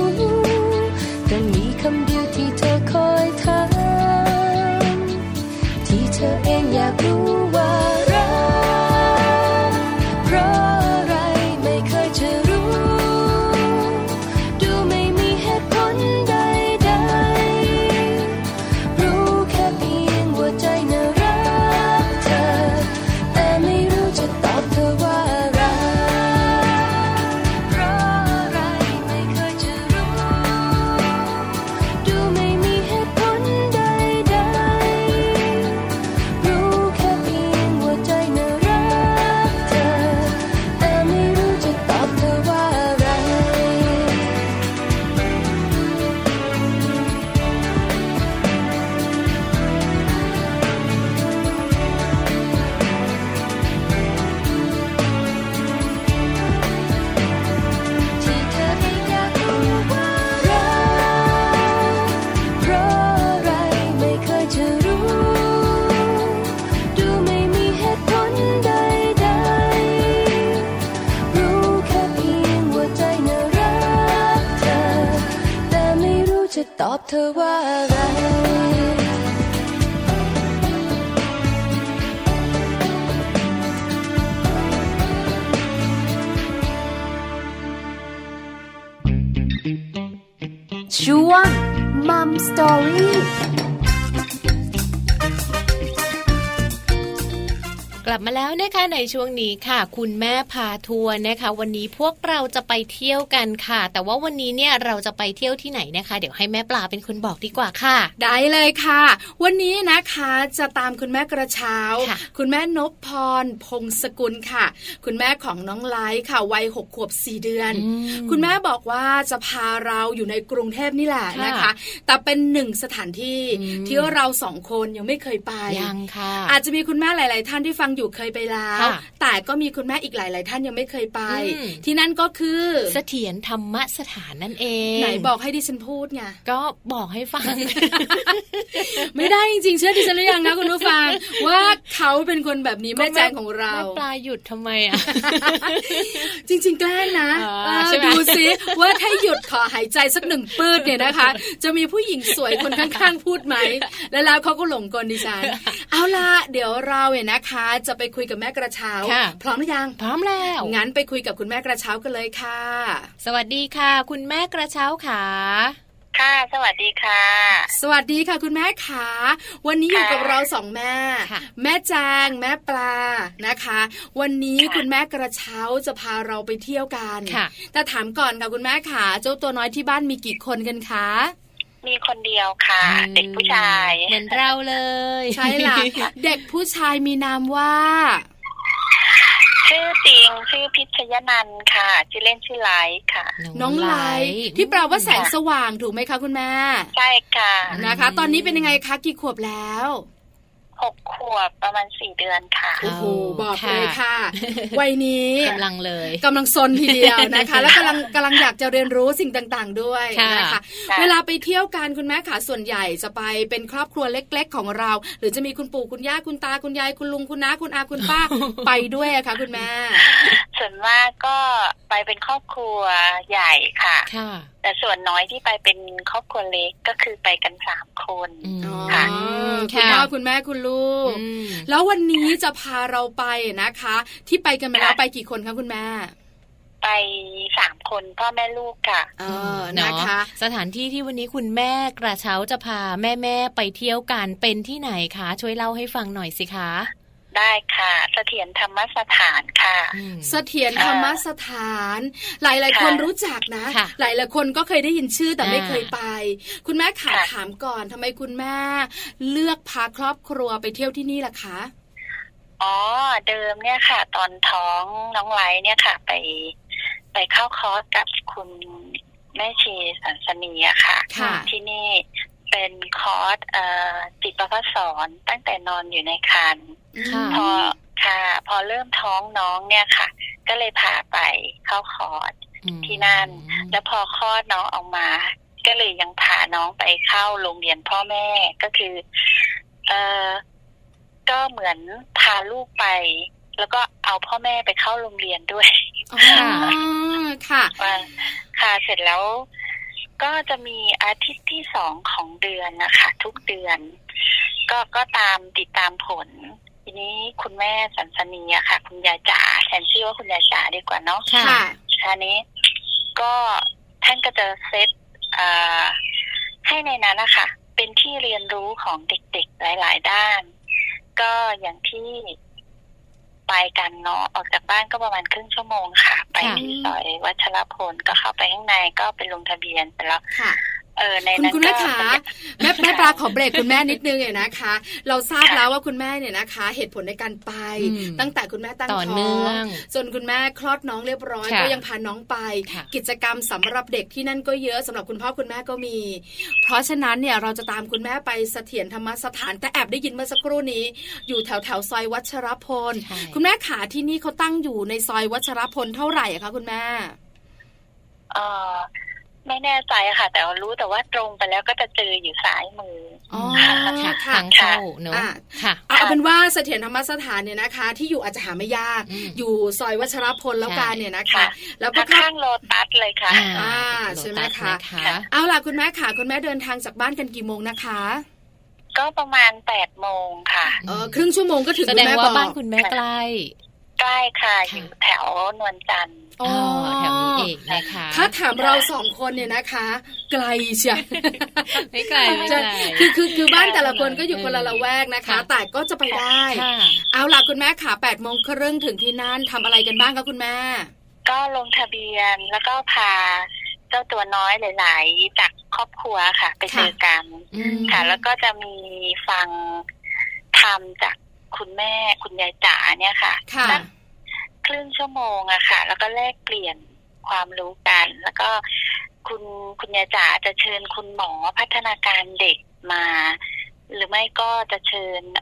ตอบเธอว่าอะไรช่วงมัมสตอรี่กลับมาแล้วนะคะในช่วงนี้ค่ะคุณแม่พาทัวร์นะคะวันนี้พวกเราจะไปเที่ยวกันค่ะแต่ว่าวันนี้เนี่ยเราจะไปเที่ยวที่ไหนนะคะเดี๋ยวให้แม่ปลาเป็นคนบอกดีกว่าค่ะได้เลยค่ะวันนี้นะคะจะตามคุณแม่กระเช้าคุณแม่นพพรพงศกุลค่ะคุณแม่ของน้องไลท์ค่ะวัยหกขวบสี่เดือนคุณแม่บอกว่าจะพาเราอยู่ในกรุงเทพนี่แหละนะคะแต่เป็นหนึ่งสถานที่ที่เราสองคนยังไม่เคยไปยังค่ะอาจจะมีคุณแม่หลายๆท่านที่ฟังอยู่เคยไปแล้วแต่ก็มีคุณแม่อีกหลายๆท่านยังไม่เคยไปที่นั่นก็คือเสถียรธรรมสถานนั่นเองไหนบอกให้ดิฉันพูดไงก็บอกให้ฟังไม่ได้จริงๆเชื่อดิฉันหรือยังนะคุณผู้ฟังว่าเขาเป็นคนแบบนี้แม่แจงของเราแม่ปลาหยุดทำไมอ่ะจริงๆแกล้งนะดูซิว่าถ้าหยุดขอหายใจสักหนึ่งปื้ดเนี่ยนะคะจะมีผู้หญิงสวยคนข้างๆพูดไหมแล้วแล้วเขาก็หลงกลดิฉันเอาล่ะเดี๋ยวเราเนี่ยนะคะจะไปคุยกับแม่กระเช้าพร้อมหรือยังพร้อมแล้วงั้นไปคุยกับคุณแม่กระเช้ากันเลยค่ะสวัสดีค่ะคุณแม่กระเช้าค่ะค่ะสวัสดีค่ะสวัสดีค่ะคุณแม่ขาวันนี้อยู่กับเราสองแม่แม่แจงแม่ปลานะคะวันนี้คุณแม่กระเช้าจะพาเราไปเที่ยวกันแต่ถามก่อนค่ะคุณแม่ขาเจ้าตัวน้อยที่บ้านมีกี่คนกันคะมีคนเดียวค่ะเด็กผู้ชายเหมือนเราเลยใช่ล่ะ เด็กผู้ชายมีนามว่าชื่อจริงชื่อพิชยนันท์ค่ะชื่อเล่นชื่อไลท์ค่ะน้องไลท์ที่แปลว่าแสงสว่างถูกไหมคะคุณแม่ใช่ค่ะนะคะตอนนี้เป็นยังไงคะกี่ขวบแล้วหกขวบประมาณสี่เดือนค่ะโอ้โหบอกเลยค่ะวัยนี้กำลังเลยกำลังซนทีเดียวนะคะแล้วกำลังกำลังอยากจะเรียนรู้สิ่งต่างๆด้วยนะคะเวลาไปเที่ยวกันคุณแม่ขาส่วนใหญ่จะไปเป็นครอบครัวเล็กๆของเราหรือจะมีคุณปู่คุณย่าคุณตาคุณยายคุณลุงคุณน้าคุณอาคุณป้าไปด้วยอะค่ะคุณแม่ส่วนมากก็ไปเป็นครอบครัวใหญ่ค่ะแต่ส่วนน้อยที่ไปเป็นครอบครัวเล็กก็คือไปกันสามคนค่ะคุณพ่อคุณแม่คุณลูกแล้ววันนี้จะพาเราไปนะคะที่ไปกันมาแล้วไปกี่คนคะคุณแม่ไปสามคนพ่อแม่ลูกค่ะเออนะคะสถานที่ที่วันนี้คุณแม่กระเช้าจะพาแม่แม่ไปเที่ยวกันเป็นที่ไหนคะช่วยเล่าให้ฟังหน่อยสิคะได้ค่ะเสถียรธรรมสถานค่ะเสถียรธรรมสถานหลายๆคนรู้จักนะหลายๆคนก็เคยได้ยินชื่อแต่ไม่เคยไปคุณแม่ขาถามก่อนทำไมคุณแม่เลือกพาครอบครัวไปเที่ยวที่นี่ล่ะคะอ๋อเดิมเนี่ยค่ะตอนท้องน้องไลท์เนี่ยค่ะไปไปเข้าคอร์สกับคุณแม่ชีสันสนีอะค่ะที่นี่เป็นคอร์สจิตประพัฒสอนตั้งแต่นอนอยู่ในครรภ์พอค่ะพอเริ่มท้องน้องเนี่ยค่ะก็เลยพาไปเข้าคอร์สที่นั่นแล้วพอคลอดน้องออกมาก็เลยยังพาน้องไปเข้าโรงเรียนพ่อแม่ก็คือเออก็เหมือนพาลูกไปแล้วก็เอาพ่อแม่ไปเข้าโรงเรียนด้วยค่ะค่ะเสร็จแล้วก็จะมีอาทิตย์ที่สองของเดือนนะคะทุกเดือนก็ก็ตามติดตามผลทีนี้คุณแม่สันสนีอะค่ะคุณยายจ๋าแทนชื่อว่าคุณยายจ๋าดีกว่าเนาะค่ะทีนี้ก็ท่านก็จะเซตให้ในนั้นนะคะเป็นที่เรียนรู้ของเด็กๆหลายๆด้านก็อย่างที่ไปกันเนาะออกจากบ้านก็ประมาณครึ่งชั่วโมงค่ะไปที่ซอยวัชรพลก็เข้าไปข้างในก็ไปลงทะเบียนไปแล้วเออในนั้นคุณแม่ขาแม่แม่ปลาขอเบรกคุณแม่นิดนึงเนี่ยนะคะเราทราบแล้วว่าคุณแม่เนี่ยนะคะเหตุผลในการไปตั้งแต่คุณแม่ตั้งท้องจนคุณแม่คลอดน้องเรียบร้อยก็ยังพาน้องไปกิจกรรมสำหรับเด็กที่นั่นก็เยอะสำหรับคุณพ่อคุณแม่ก็มีเพราะฉะนั้นเนี่ยเราจะตามคุณแม่ไปเสถียรธรรมสถานแต่แอบได้ยินเมื่อสักครู่นี้อยู่แถวแถวซอยวัชรพลคุณแม่ขาที่นี่เขาตั้งอยู่ในซอยวัชรพลเท่าไหร่คะคุณแม่เออไม่แน่ใจค่ะแต่รู้แต่ว่าตรงไปแล้วก็จะเจออยู่ซ้ายมืออ๋อค่ะทางเข้าเนอะค่ะเอาเป็นว่าเสถียรธรรมสถานเนี่ยนะคะที่อยู่อาจจะหาไม่ยากอยู่ซอยวัชรพลแล้วกันเนี่ยนะคะแล้วก็ข้างโลตัสเลยค่ะอ่าใช่ไหมคะเอาล่ะคุณแม่ค่ะคุณแม่เดินทางจากบ้านกันกี่โมงนะคะก็ประมาณแปดโมงค่ะเออครึ่งชั่วโมงก็ถึงคุณแม่บอกแสดงว่าบ้านคุณแม่ใกล้ใกล้ค่ะอยู่แถวนวลจันทร์อ๋อแถวนี้เองนะคะถ้าถามเราสองคนเนี่ยนะคะไกลเชียวไม่ไกลไม่ไกลคือคือคือบ้านแต่ละคนก็อยู่คนละละแวกนะคะแต่ก็จะไปได้เอาล่ะคุณแม่ค่ะแปดโมงครึ่งถึงที่นั่นทำอะไรกันบ้างคะคุณแม่ก็ลงทะเบียนแล้วก็พาเจ้าตัวน้อยหลายๆจากครอบครัวค่ะไปเจอกันค่ะแล้วก็จะมีฟังธรรมจากคุณแม่คุณยายจ๋าเนี่ยค่ะครึ่งชั่วโมงอะค่ะแล้วก็แลกเปลี่ยนความรู้กันแล้วก็คุณคุณยายจ๋าจะเชิญคุณหมอพัฒนาการเด็กมาหรือไม่ก็จะเชิญ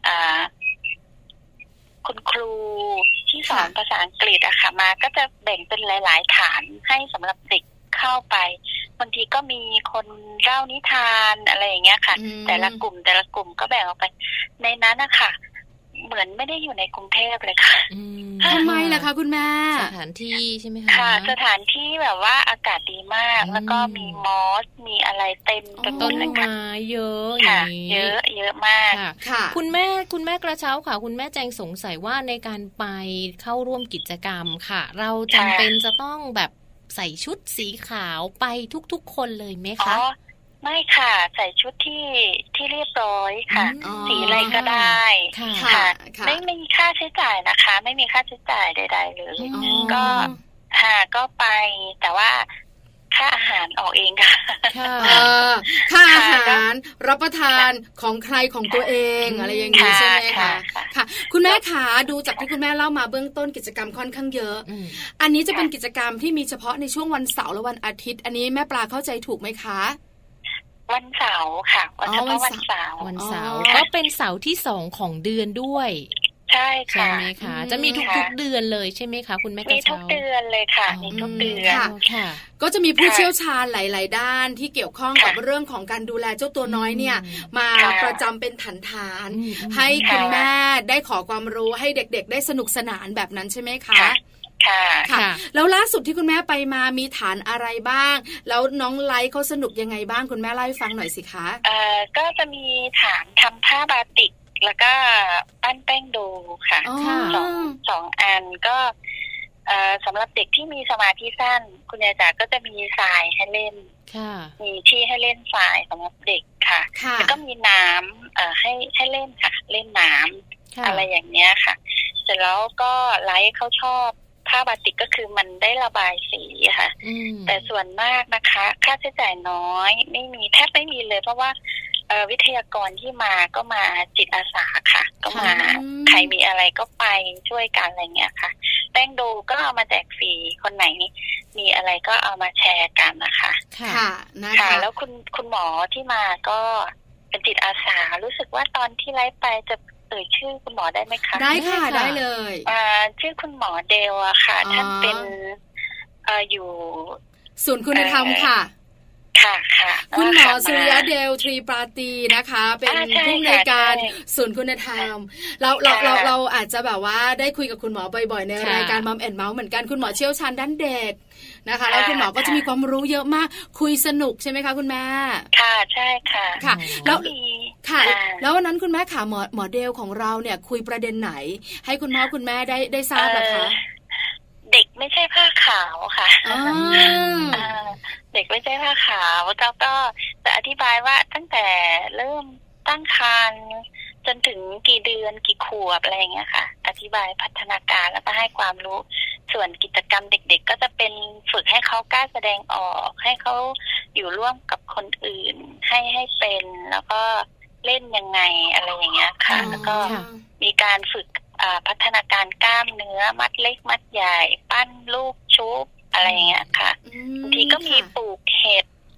คุณครูที่สอนภาษาอังกฤษอะค่ะมาก็จะแบ่งเป็นหลายๆฐานให้สำหรับเด็กเข้าไปบางทีก็มีคนเล่านิทานอะไรอย่างเงี้ยค่ะแต่ละกลุ่มแต่ละกลุ่มก็แบ่งออกไปในนั้นนะคะเหมือนไม่ได้อยู่ในกรุงเทพเลยค่ะทำไมล่ะคะคุณแม่สถานที่ใช่ไหมคะค่ะสถานที่แบบว่าอากาศดีมากแล้วก็มีมอสมีอะไรเต็มไปหมดเลยค่ะต้นไม้เยอะค่ะเยอะเยอะมากค่ะคุณแม่คุณแม่กระเช้าค่ะคุณแม่แจงสงสัยว่าในการไปเข้าร่วมกิจกรรมค่ะเราจำเป็นจะต้องแบบใส่ชุดสีขาวไปทุกๆคนเลยไหมคะไม่ค่ะใส่ชุดที่ที่เรียบร้อยค่ะสีอะไรก็ได้ค่ะไม่ไม่มีค่าใช้จ่ายนะคะไม่มีค่าใช้จ่ายใดๆเลยก็ค่ะก็ไปแต่ว่าค่าอาหารออกเองค่ะค่าอาหารรับประทานของใครของตัวเองอะไรอย่างนี้ใช่ไหมคะค่ะคุณแม่ขาดูจากที่คุณแม่เล่ามาเบื้องต้นกิจกรรมค่อนข้างเยอะอันนี้จะเป็นกิจกรรมที่มีเฉพาะในช่วงวันเสาร์และวันอาทิตย์อันนี้แม่ปลาเข้าใจถูกไหมคะวันเสาร์ค่ะวันเฉพาะวันเสาร์วันเสาร์ก็เป็นเสาร์ที่สองของเดือนด้วยใช่ค่ะใช่ไหมคะจะมีทุกๆเดือนเลยใช่ไหมคะคุณแม่กระเช้ามีทุกเดือนเลยค่ะมีทุกเดือนค่ะก็จะมีผู้เชี่ยวชาญหลายๆด้านที่เกี่ยวข้องกับเรื่องของการดูแลเจ้าตัวน้อยเนี่ยมาประจำเป็นฐานฐานให้คุณแม่ได้ขอความรู้ให้เด็กๆได้สนุกสนานแบบนั้นใช่ไหมคะค่ะค่ะแล้วล่าสุดที่คุณแม่ไปมามีฐานอะไรบ้างแล้วน้องไลท์เขาสนุกยังไงบ้างคุณแม่เล่าให้ฟังหน่อยสิคะเอ่อก็จะมีฐานทำผ้าบาติกแล้วก็ปั้นแป้งโดค่ะสองสองอันก็เอ่อสำหรับเด็กที่มีสมาธิสั้นคุณยายจ๋าก็จะมีทรายให้เล่นมีที่ให้เล่นทรายสำหรับเด็กค่ะแล้วก็มีน้ำเอ่อให้ให้เล่นค่ะเล่นน้ำอะไรอย่างเงี้ยค่ะเสร็จแล้วก็ไลท์เขาชอบผ้าบาติกก็คือมันได้ระบายสีค่ะแต่ส่วนมากนะคะค่าใช้จ่ายน้อยไม่มีแทบไม่มีเลยเพราะว่าวิทยากรที่มาก็มาจิตอาสาค่ะก็มาใครมีอะไรก็ไปช่วยกันอะไรเงี้ยค่ะแป้งโดก็เอามาแจกฟรีคนไหนมีอะไรก็เอามาแชร์กันนะคะค่ะนะคะแล้วคุณคุณหมอที่มาก็เป็นจิตอาสารู้สึกว่าตอนที่ไลฟ์ไปจะเอ่ยชื่อคุณหมอได้ไหมคะได้ค่ะได้เลยอ่าชื่อคุณหมอเดลอะค่ะท่านเป็นเอ่ออยู่ศูนย์คุณธรรมค่ะค่ะค่ะคุณหมอสุริยะเดลทรีปราตีนะคะเป็นผู้อำนวยการศูนย์คุณธรรมเราเราเราเราอาจจะแบบว่าได้คุยกับคุณหมอบ่อยๆในรายการมัมแอนด์เมาส์เหมือนกันคุณหมอเชี่ยวชาญด้านเด็กนะคะแล้วคุณหมอก็จะมีความรู้เยอะมากคุยสนุกใช่ไหมคะคุณแม่ค่ะใช่ค่ะค่ะแล้วค่ะแล้ววันนั้นคุณแม่ค่ะหมอหมอเดลของเราเนี่ยคุยประเด็นไหนให้คุณพ่อคุณแม่ได้ได้ทราบนะคะเด็กไม่ใช่ผ้าขาวค่ะเด็กไม่ใช่ผ้าขาวแล้วก็จะอธิบายว่าตั้งแต่เริ่มตั้งครรภ์จนถึงกี่เดือนกี่ขวบอะไรอย่างเงี้ยค่ะอธิบายพัฒนาการแล้วก็ให้ความรู้ส่วนกิจกรรมเด็กๆก็จะเป็นฝึกให้เขากล้าแสดงออกให้เขาอยู่ร่วมกับคนอื่นให้ให้เป็นแล้วก็เล่นยังไงอะไรอย่างเงี้ยค่ะแล้วก็มีการฝึกพัฒนาการกล้ามเนื้อมัดเล็กมัดใหญ่ปั้นลูกชุบอะไรอย่างเงี้ยค่ะบางทีก็มีปลูกเห็ด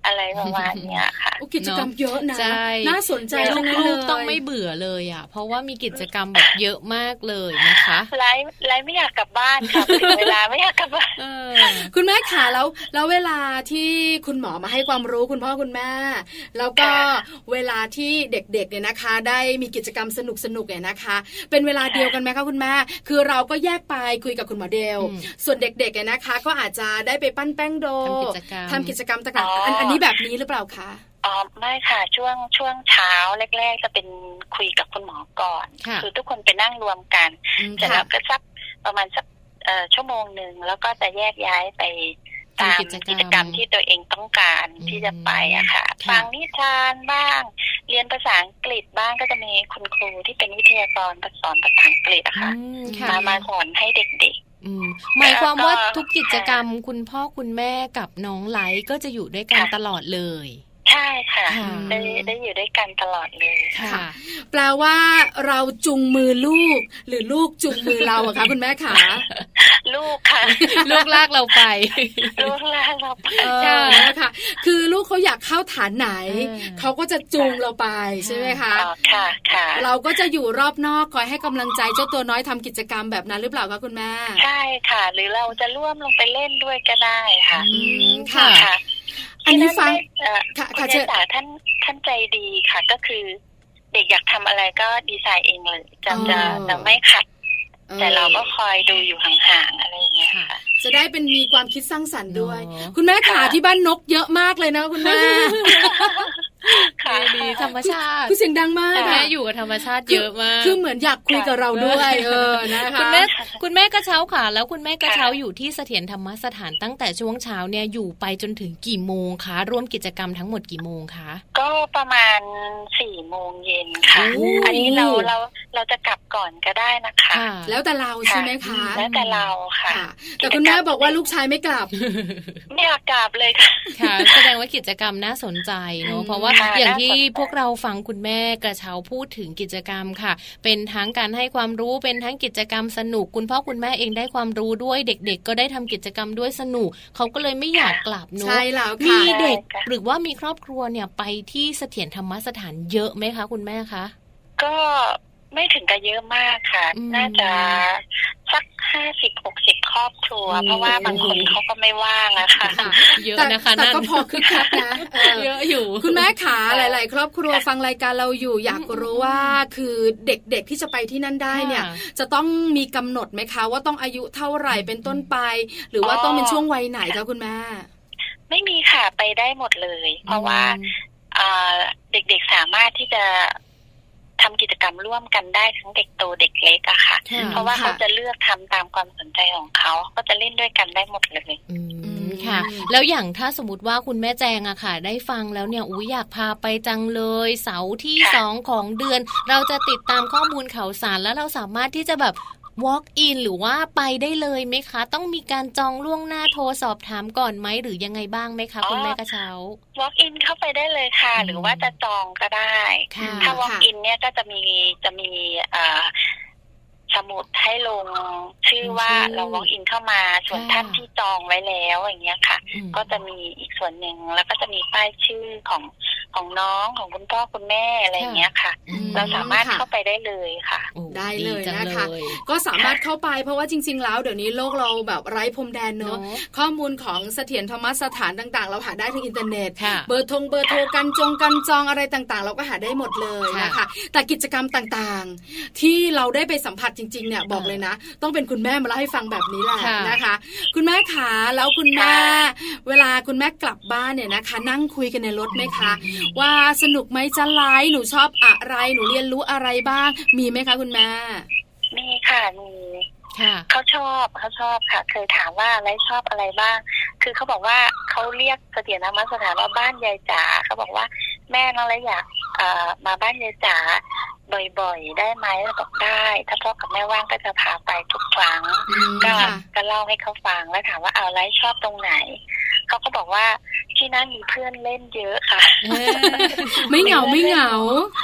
อะไรประมาณนี้ค่ะกิจกรรมเยอะนะน่าสนใจลูกๆต้องไม่เบื่อเลยอ่ะเพราะว่ามีกิจกรรมแบบเยอะมากเลยนะคะไล่ไล่ไม่อยากกลับบ้านค่ะถึงเวลาไม่อยากกลับบ้านคุณแม่ขาแล้วแล้วเวลาที่คุณหมอมาให้ความรู้คุณพ่อคุณแม่แล้วก็เวลาที่เด็กๆเนี่ยนะคะได้มีกิจกรรมสนุกๆเนี่ยนะคะเป็นเวลาเดียวกันไหมคะคุณแม่คือเราก็แยกไปคุยกับคุณหมอเดลส่วนเด็กๆเนี่ยนะคะก็อาจจะได้ไปปั้นแป้งโดทำกิจกรรมต่างๆอันนี้แบบนี้หรือเปล่าคะอ๋อไม่ค่ะช่วงช่วงเช้าแรกๆจะเป็นคุยกับคุณหมอก่อนคือทุกคนไปนั่งรวมกันเสร็จแล้วก็สักประมาณสักชั่วโมงหนึ่งแล้วก็จะแยกย้ายไปตามกิจกรรมที่ตัวเองต้องการที่จะไปอะค่ะฟังนิทานบ้างเรียนภาษาอังกฤษบ้างก็จะมีคุณครูที่เป็นวิทยากรสอนภาษาอังกฤษอะค่ะมามาสอนให้เด็กๆหมายความว่าทุกกิจกรรมคุณพ่อคุณแม่กับน้องไลท์ก็จะอยู่ด้วยกันตลอดเลยใช่ค่ะได้ได้อยู่ด้วยกันตลอดเลยค่ะแปลว่าเราจูงมือลูกหรือลูกจูงมือเราอะคะคุณแม่ขาลูกค่ะลูกลากเราไปลูกลากเราไปใช่ค่ะคือลูกเขาอยากเข้าฐานไหนเขาก็จะจูงเราไปใช่ไหมคะค่ะค่ะเราก็จะอยู่รอบนอกคอยให้กำลังใจเจ้าตัวน้อยทำกิจกรรมแบบนั้นหรือเปล่าคะคุณแม่ใช่ค่ะหรือเราจะร่วมลงไปเล่นด้วยก็ได้ค่ะค่ะอันนี้ฟังค่ะค่ะเจ้าท่านท่านใจดีค่ะก็คือเด็กอยากทำอะไรก็ดีไซน์เองเลยจะจะจะไม่ขัดแต่เราก็คอยดูอยู่ห่างๆอะไรอย่างเงี้ยค่ะจะได้เป็นมีความคิดสร้างสรรค์ด้วยคุณแม่ขาที่บ้านนกเยอะมากเลยนะคุณแม่ดีธรรมชาติคือเสียงดังมากแม่อยู่กับธรรมชาติเยอะมากคือเหมือนอยากคุยกับเราด้วยเออนะคะคุณแม่คุณแม่กระเช้าค่ะแล้วคุณแม่กระเช้าอยู่ที่เสถียรธรรมสถานตั้งแต่ช่วงเช้าเนี่ยอยู่ไปจนถึงกี่โมงคะร่วมกิจกรรมทั้งหมดกี่โมงคะก็ประมาณสี่โมงเย็นค่ะอันนี้เราเราเราจะกลับก่อนก็ได้นะคะแล้วแต่เราใช่ไหมคะแล้วแต่เราค่ะแต่คุณแม่บอกว่าลูกชายไม่กลับไม่อยากกลับเลยค่ะค่ะแสดงว่ากิจกรรมน่าสนใจเนอะเพราะว่าอย่างที่พวกเราฟังคุณแม่กระเช้าพูดถึงกิจกรรมค่ะเป็นทั้งการให้ความรู้เป็นทั้งกิจกรรมสนุกคุณพ่อคุณแม่เองได้ความรู้ด้วยเด็กๆก็ได้ทำกิจกรรมด้วยสนุกเขาก็เลยไม่อยากกลับเนอะใช่แล้วค่ะมีเด็กหรือว่ามีครอบครัวเนี่ยไปที่เสถียรธรรมสถานเยอะไหมคะคุณแม่คะก็ไม่ถึงกับเยอะมากค่ะน่าจะสักห้าสิบหกสิบครอบครัวเพราะว่าบางคนเขาก็ไม่ว่างอะค่ะเยอะนะคะแต่ก็พอคึกคักนะเยอะอยู่คุณแม่ขาหลายๆครอบครัวฟังรายการเราอยู่อยากรู้ว่าคือเด็กๆที่จะไปที่นั่นได้เนี่ยจะต้องมีกำหนดไหมคะว่าต้องอายุเท่าไหร่เป็นต้นไปหรือว่าต้องเป็นช่วงวัยไหนคะคุณแม่ไม่มีค่ะไปได้หมดเลยเพราะว่าเด็กๆสามารถที่จะทำกิจกรรมร่วมกันได้ทั้งเด็กโตเด็กเล็กอะค่ะเพราะว่าเขาจะเลือกทำตามความสนใจของเขาก็จะเล่นด้วยกันได้หมดเลยค่ะแล้วอย่างถ้าสมมติว่าคุณแม่แจงอะค่ะได้ฟังแล้วเนี่ยอุ๊ยอยากพาไปจังเลยเสาร์ที่สองของเดือนเราจะติดตามข้อมูลข่าวสารแล้วเราสามารถที่จะแบบwalk in หรือว่าไปได้เลยไหมคะต้องมีการจองล่วงหน้าโทรสอบถามก่อนไหมหรือยังไงบ้างไหมคะคุณแม่กระเช้า walk in เข้าไปได้เลยค่ะหรือว่าจะจองก็ได้ถ้า walk in เนี่ยก็จะมีจะมีสมุดให้ลงชื่อว่าเรา walk in เข้ามาส่วนท่านที่จองไว้แล้วอย่างเงี้ยค่ะก็จะมีอีกส่วนหนึ่งแล้วก็จะมีป้ายชื่อของของน้องของคุณพ่อคุณแม่อะไรอย่างเงี้ยค่ะเราสามารถเข้าไปได้เลยค่ะได้เลยนะคะก็สามารถเข้าไปเพราะว่าจริงๆแล้วเดี๋ยวนี้โลกเราแบบไร้พรมแดนเนอะข้อมูลของเสถียรธรรมสถานต่างๆเราหาได้ทางอินเทอร์เน็ตเบอร์ทงเบอร์โทรกันจองกันจองอะไรต่างๆเราก็หาได้หมดเลยนะคะแต่กิจกรรมต่างๆที่เราได้ไปสัมผัสจริงๆเนี่ยบอกเลยนะต้องเป็นคุณแม่มาเล่าให้ฟังแบบนี้แหละนะคะคุณแม่ขาแล้วคุณแม่เวลาคุณแม่กลับบ้านเนี่ยนะคะนั่งคุยกันในรถไหมคะว่าสนุกไหมจะไลฟ์หนูชอบอะไรหนูเรียนรู้อะไรบ้างมีไหมคะคุณแม่มีค่ะมีเขาชอบเขาชอบค่ะเคยถามว่าไลฟ์ชอบอะไรบ้างคือเขาบอกว่าเขาเรียกเสถียรธรรมสถานว่าบ้านยายจ๋าเขาบอกว่าแม่น้องเลยอยากมาบ้านยายจ๋าบ่อยๆได้ไหมเราบอกได้ถ้าพ่อกับแม่ว่างก็จะพาไปทุกครั้งก็ก็เล่าให้เขาฟังแล้วถามว่าเอาไลฟ์ชอบตรงไหนเขาก็บอกว่าที่นั่นมีเพื่อนเล่นเยอะค่ะไม่เหงาไม่เหงาค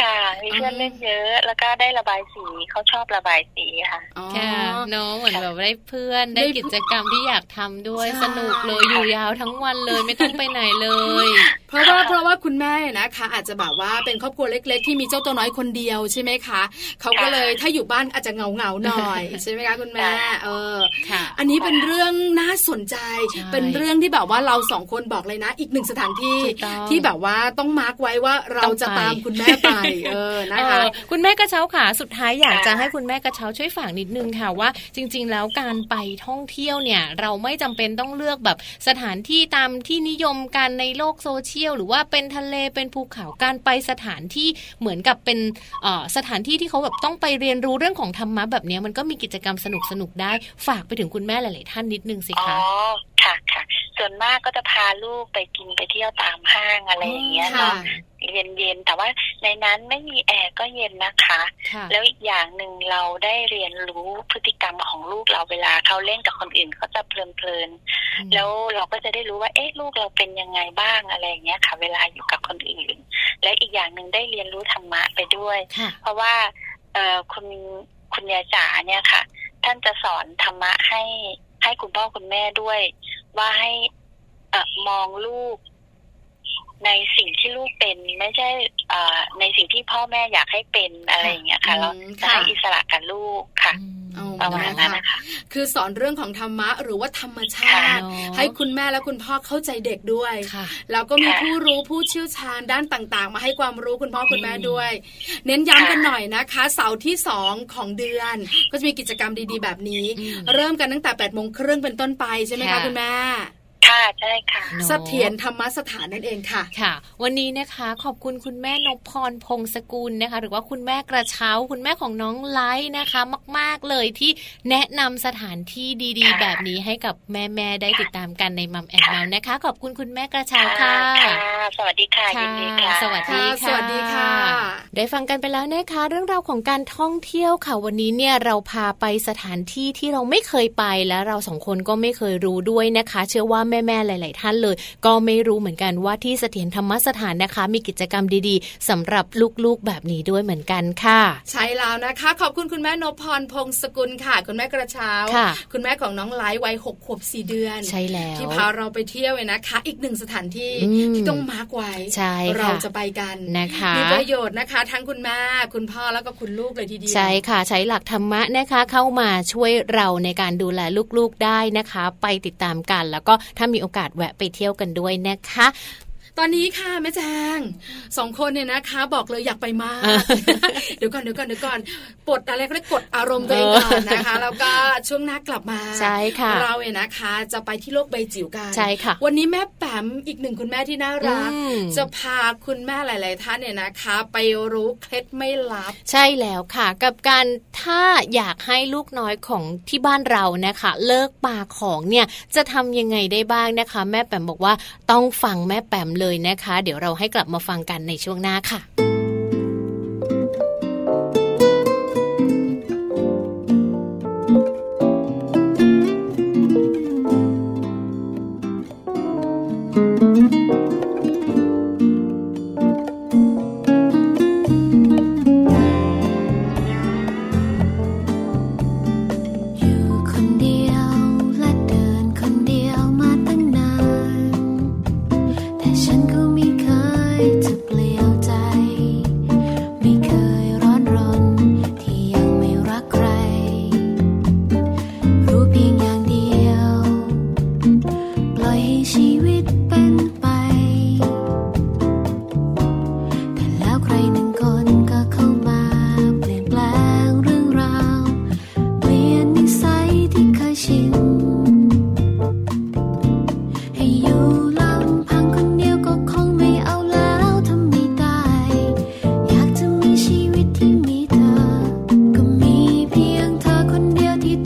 ค่ะมีเพื่อนเล่นเยอะแล้วก็ได้ระบายสีเขาชอบระบายสีค่ะค่ะน้องเหมือนแบบได้เพื่อนได้กิจกรรมที่อยากทำด้วยสนุกเลยอยู่ยาวทั้งวันเลยไม่ต้องไปไหนเลยเพราะว่าเพราะว่าคุณแม่นะคะอาจจะแบบว่าเป็นครอบครัวเล็กๆที่มีเจ้าตัวน้อยคนเดียวใช่ไหมคะเขาก็เลยถ้าอยู่บ้านอาจจะเงาเงาหน่อยใช่ไหมคะคุณแม่เอออันนี้เป็นเรื่องน่าสนใจเป็นเรื่องที่แบบว่าเราสองคนบอกเลยนะอีกหนึ่งสถานที่ที่แบบว่าต้องมาร์กไว้ว่าเราจะตามคุณแม่ไปเออนะคะคุณแม่กระเช้าค่ะสุดท้ายอยากจะให้คุณแม่กระเช้าช่วยฝากนิดนึงค่ะว่าจริงๆแล้วการไปท่องเที่ยวเนี่ยเราไม่จำเป็นต้องเลือกแบบสถานที่ตามที่นิยมกันในโลกโซเชียลหรือว่าเป็นทะเลเป็นภูเขาการไปสถานที่เหมือนกับเป็นสถานที่ที่เขาแบบต้องไปเรียนรู้เรื่องของธรรมะแบบนี้มันก็มีกิจกรรมสนุกๆได้ฝากไปถึงคุณแม่หลายๆท่านนิดนึงสิคะอ๋อค่ะค่ะส่วนมากก็จะพาลูกไปกินไปเที่ยวตามห้างอะไรอย่างเงี้ยเนาะเย็นๆแต่ว่าในนั้นไม่มีแอร์ก็เย็นนะคะแล้วอีกอย่างหนึ่งเราได้เรียนรู้พฤติกรรมของลูกเราเวลาเขาเล่นกับคนอื่นเขาจะเพลินๆแล้วเราก็จะได้รู้ว่าเอ๊ะลูกเราเป็นยังไงบ้างอะไรอย่างเงี้ยค่ะเวลาอยู่กับคนอื่นและอีกอย่างหนึ่งได้เรียนรู้ธรรมะไปด้วยเพราะว่าเอ่อคุณคุณยายจ๋าเนี่ยค่ะท่านจะสอนธรรมะให้ให้คุณพ่อคุณแม่ด้วยว่าให้เอ่อมองลูกในสิ่งที่ลูกเป็นไม่ใช่ในสิ่งที่พ่อแม่อยากให้เป็นอะไรอย่างเงี้ยค่ะเราจะให้อิสระกับลูกค่ะประมาณนั้นนะคะคือสอนเรื่องของธรรมะหรือว่าธรรมชาติให้คุณแม่และคุณพ่อเข้าใจเด็กด้วยแล้วก็มีผู้รู้ผู้เชี่ยวชาญด้านต่างๆมาให้ความรู้คุณพ่อคุณแม่ด้วยเน้นย้ำกันหน่อยนะคะเสาร์ที่สองของเดือนก็จะมีกิจกรรมดีๆแบบนี้เริ่มกันตั้งแต่แปดโมงครึ่งเป็นต้นไปใช่ไหมคะคุณแม่ค่ะใช่ค่ะเสถียรธรรมสถานนั่นเองค่ะค่ะวันนี้นะคะขอบคุณคุณแม่นพพรพงศกุลนะคะหรือว่าคุณแม่กระเช้าคุณแม่ของน้องไลท์นะคะมากๆเลยที่แนะนำสถานที่ดีๆแบบนี้ให้กับแม่ๆได้ติดตามกันในมัมแอนด์เมาส์นะคะขอบคุณคุณแม่กระเช้าค่ะสวัสดีค่ะยินดีค่ะสวัสดีค่ะสวัสดีค่ะได้ฟังกันไปแล้วนะคะเรื่องราวของการท่องเที่ยวค่ะวันนี้เนี่ยเราพาไปสถานที่ที่เราไม่เคยไปและเราสองคนก็ไม่เคยรู้ด้วยนะคะเชื่อว่าแม่ๆหลายๆท่านเลยก็ไม่รู้เหมือนกันว่าที่เสถียรธรรมสถานนะคะมีกิจกรรมดีๆสำหรับลูกๆแบบนี้ด้วยเหมือนกันค่ะใช่แล้วนะคะขอบคุณคุณแม่นพพรพงศกุลค่ะคุณแม่กระเช้าคุณแม่ของน้องไลท์วัยหกขวบสี่เดือนใช่แล้วที่พาเราไปเที่ยวเลยนะคะอีกหนึ่งสถานที่ที่ต้องมาร์คไว้เราจะไปกันนะคะมีประโยชน์นะคะทั้งคุณแม่คุณพ่อแล้วก็คุณลูกเลยทีเดียวใช่ค่ะใช้หลักธรรมะนะคะเข้ามาช่วยเราในการดูแลลูกๆได้นะคะไปติดตามกันแล้วก็ถ้ามีโอกาสแวะไปเที่ยวกันด้วยนะคะตอนนี้ค่ะแม่แจงสองคนเนี่ยนะคะบอกเลยอยากไปมาก เดี๋ยวก่อนเดี๋ยวก่อนเดี๋ยวก่อนปลดอะไรก็ได้กดอารมณ์ตัวเองก่อนนะคะแล้วก็ช่วงหน้ากลับมาใช่ค่ะเราเนี่ยนะคะจะไปที่โลกใบจิ๋วกันใช่ค่ะวันนี้แม่แปมอีกหนึ่งคุณแม่ที่น่ารักจะพาคุณแม่หลายๆท่านเนี่ยนะคะไปรู้เคล็ดไม่ลับใช่แล้วค่ะกับการถ้าอยากให้ลูกน้อยของที่บ้านเรานะคะเลิกปาของเนี่ยจะทำยังไงได้บ้างนะคะแม่แปมบอกว่าต้องฟังแม่แปมเลยนะคะเดี๋ยวเราให้กลับมาฟังกันในช่วงหน้าค่ะ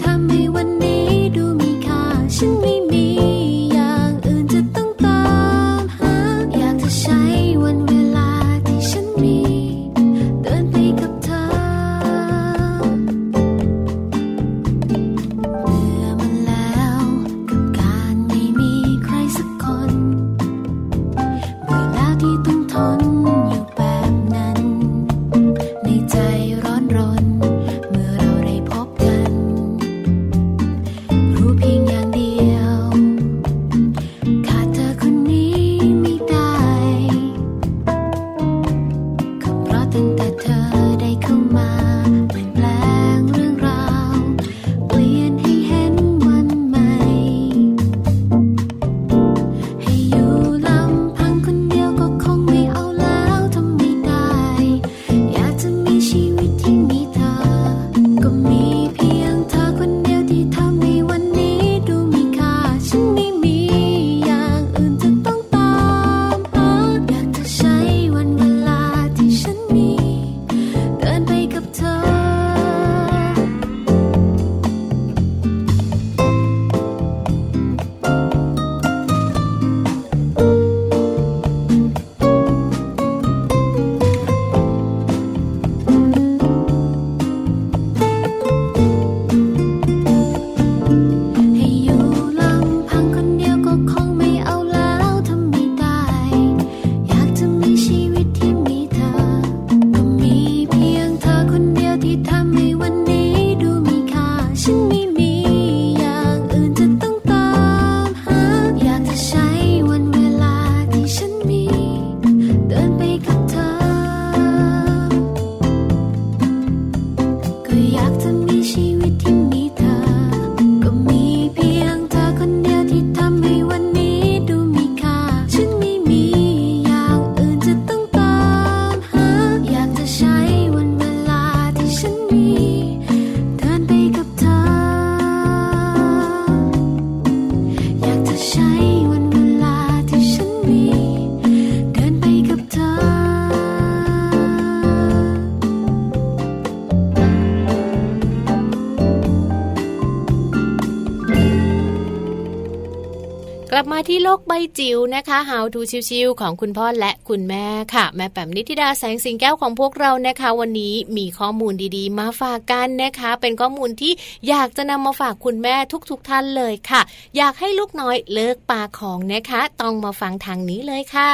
ฉันไม่มีอย่างอื่นจะต้องตามใช้วันเวลาที่ฉันมีเดินไปกับเธอกลับมาที่โลกใบจิ๋วนะคะ How to ชิวๆของคุณพ่อและคุณแม่ค่ะแม่แป๋มนิติดาแสงสิงแก้วของพวกเรานะคะวันนี้มีข้อมูลดีๆมาฝากกันนะคะเป็นข้อมูลที่อยากจะนำมาฝากคุณแม่ทุกๆท่านเลยค่ะอยากให้ลูกน้อยเลิกปาของนะคะต้องมาฟังทางนี้เลยค่ะ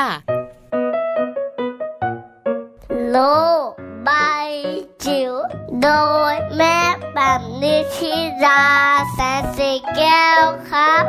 โลกใบจิ๋วโดยแม่แป๋มนิติดาแสงสิงแก้วครับ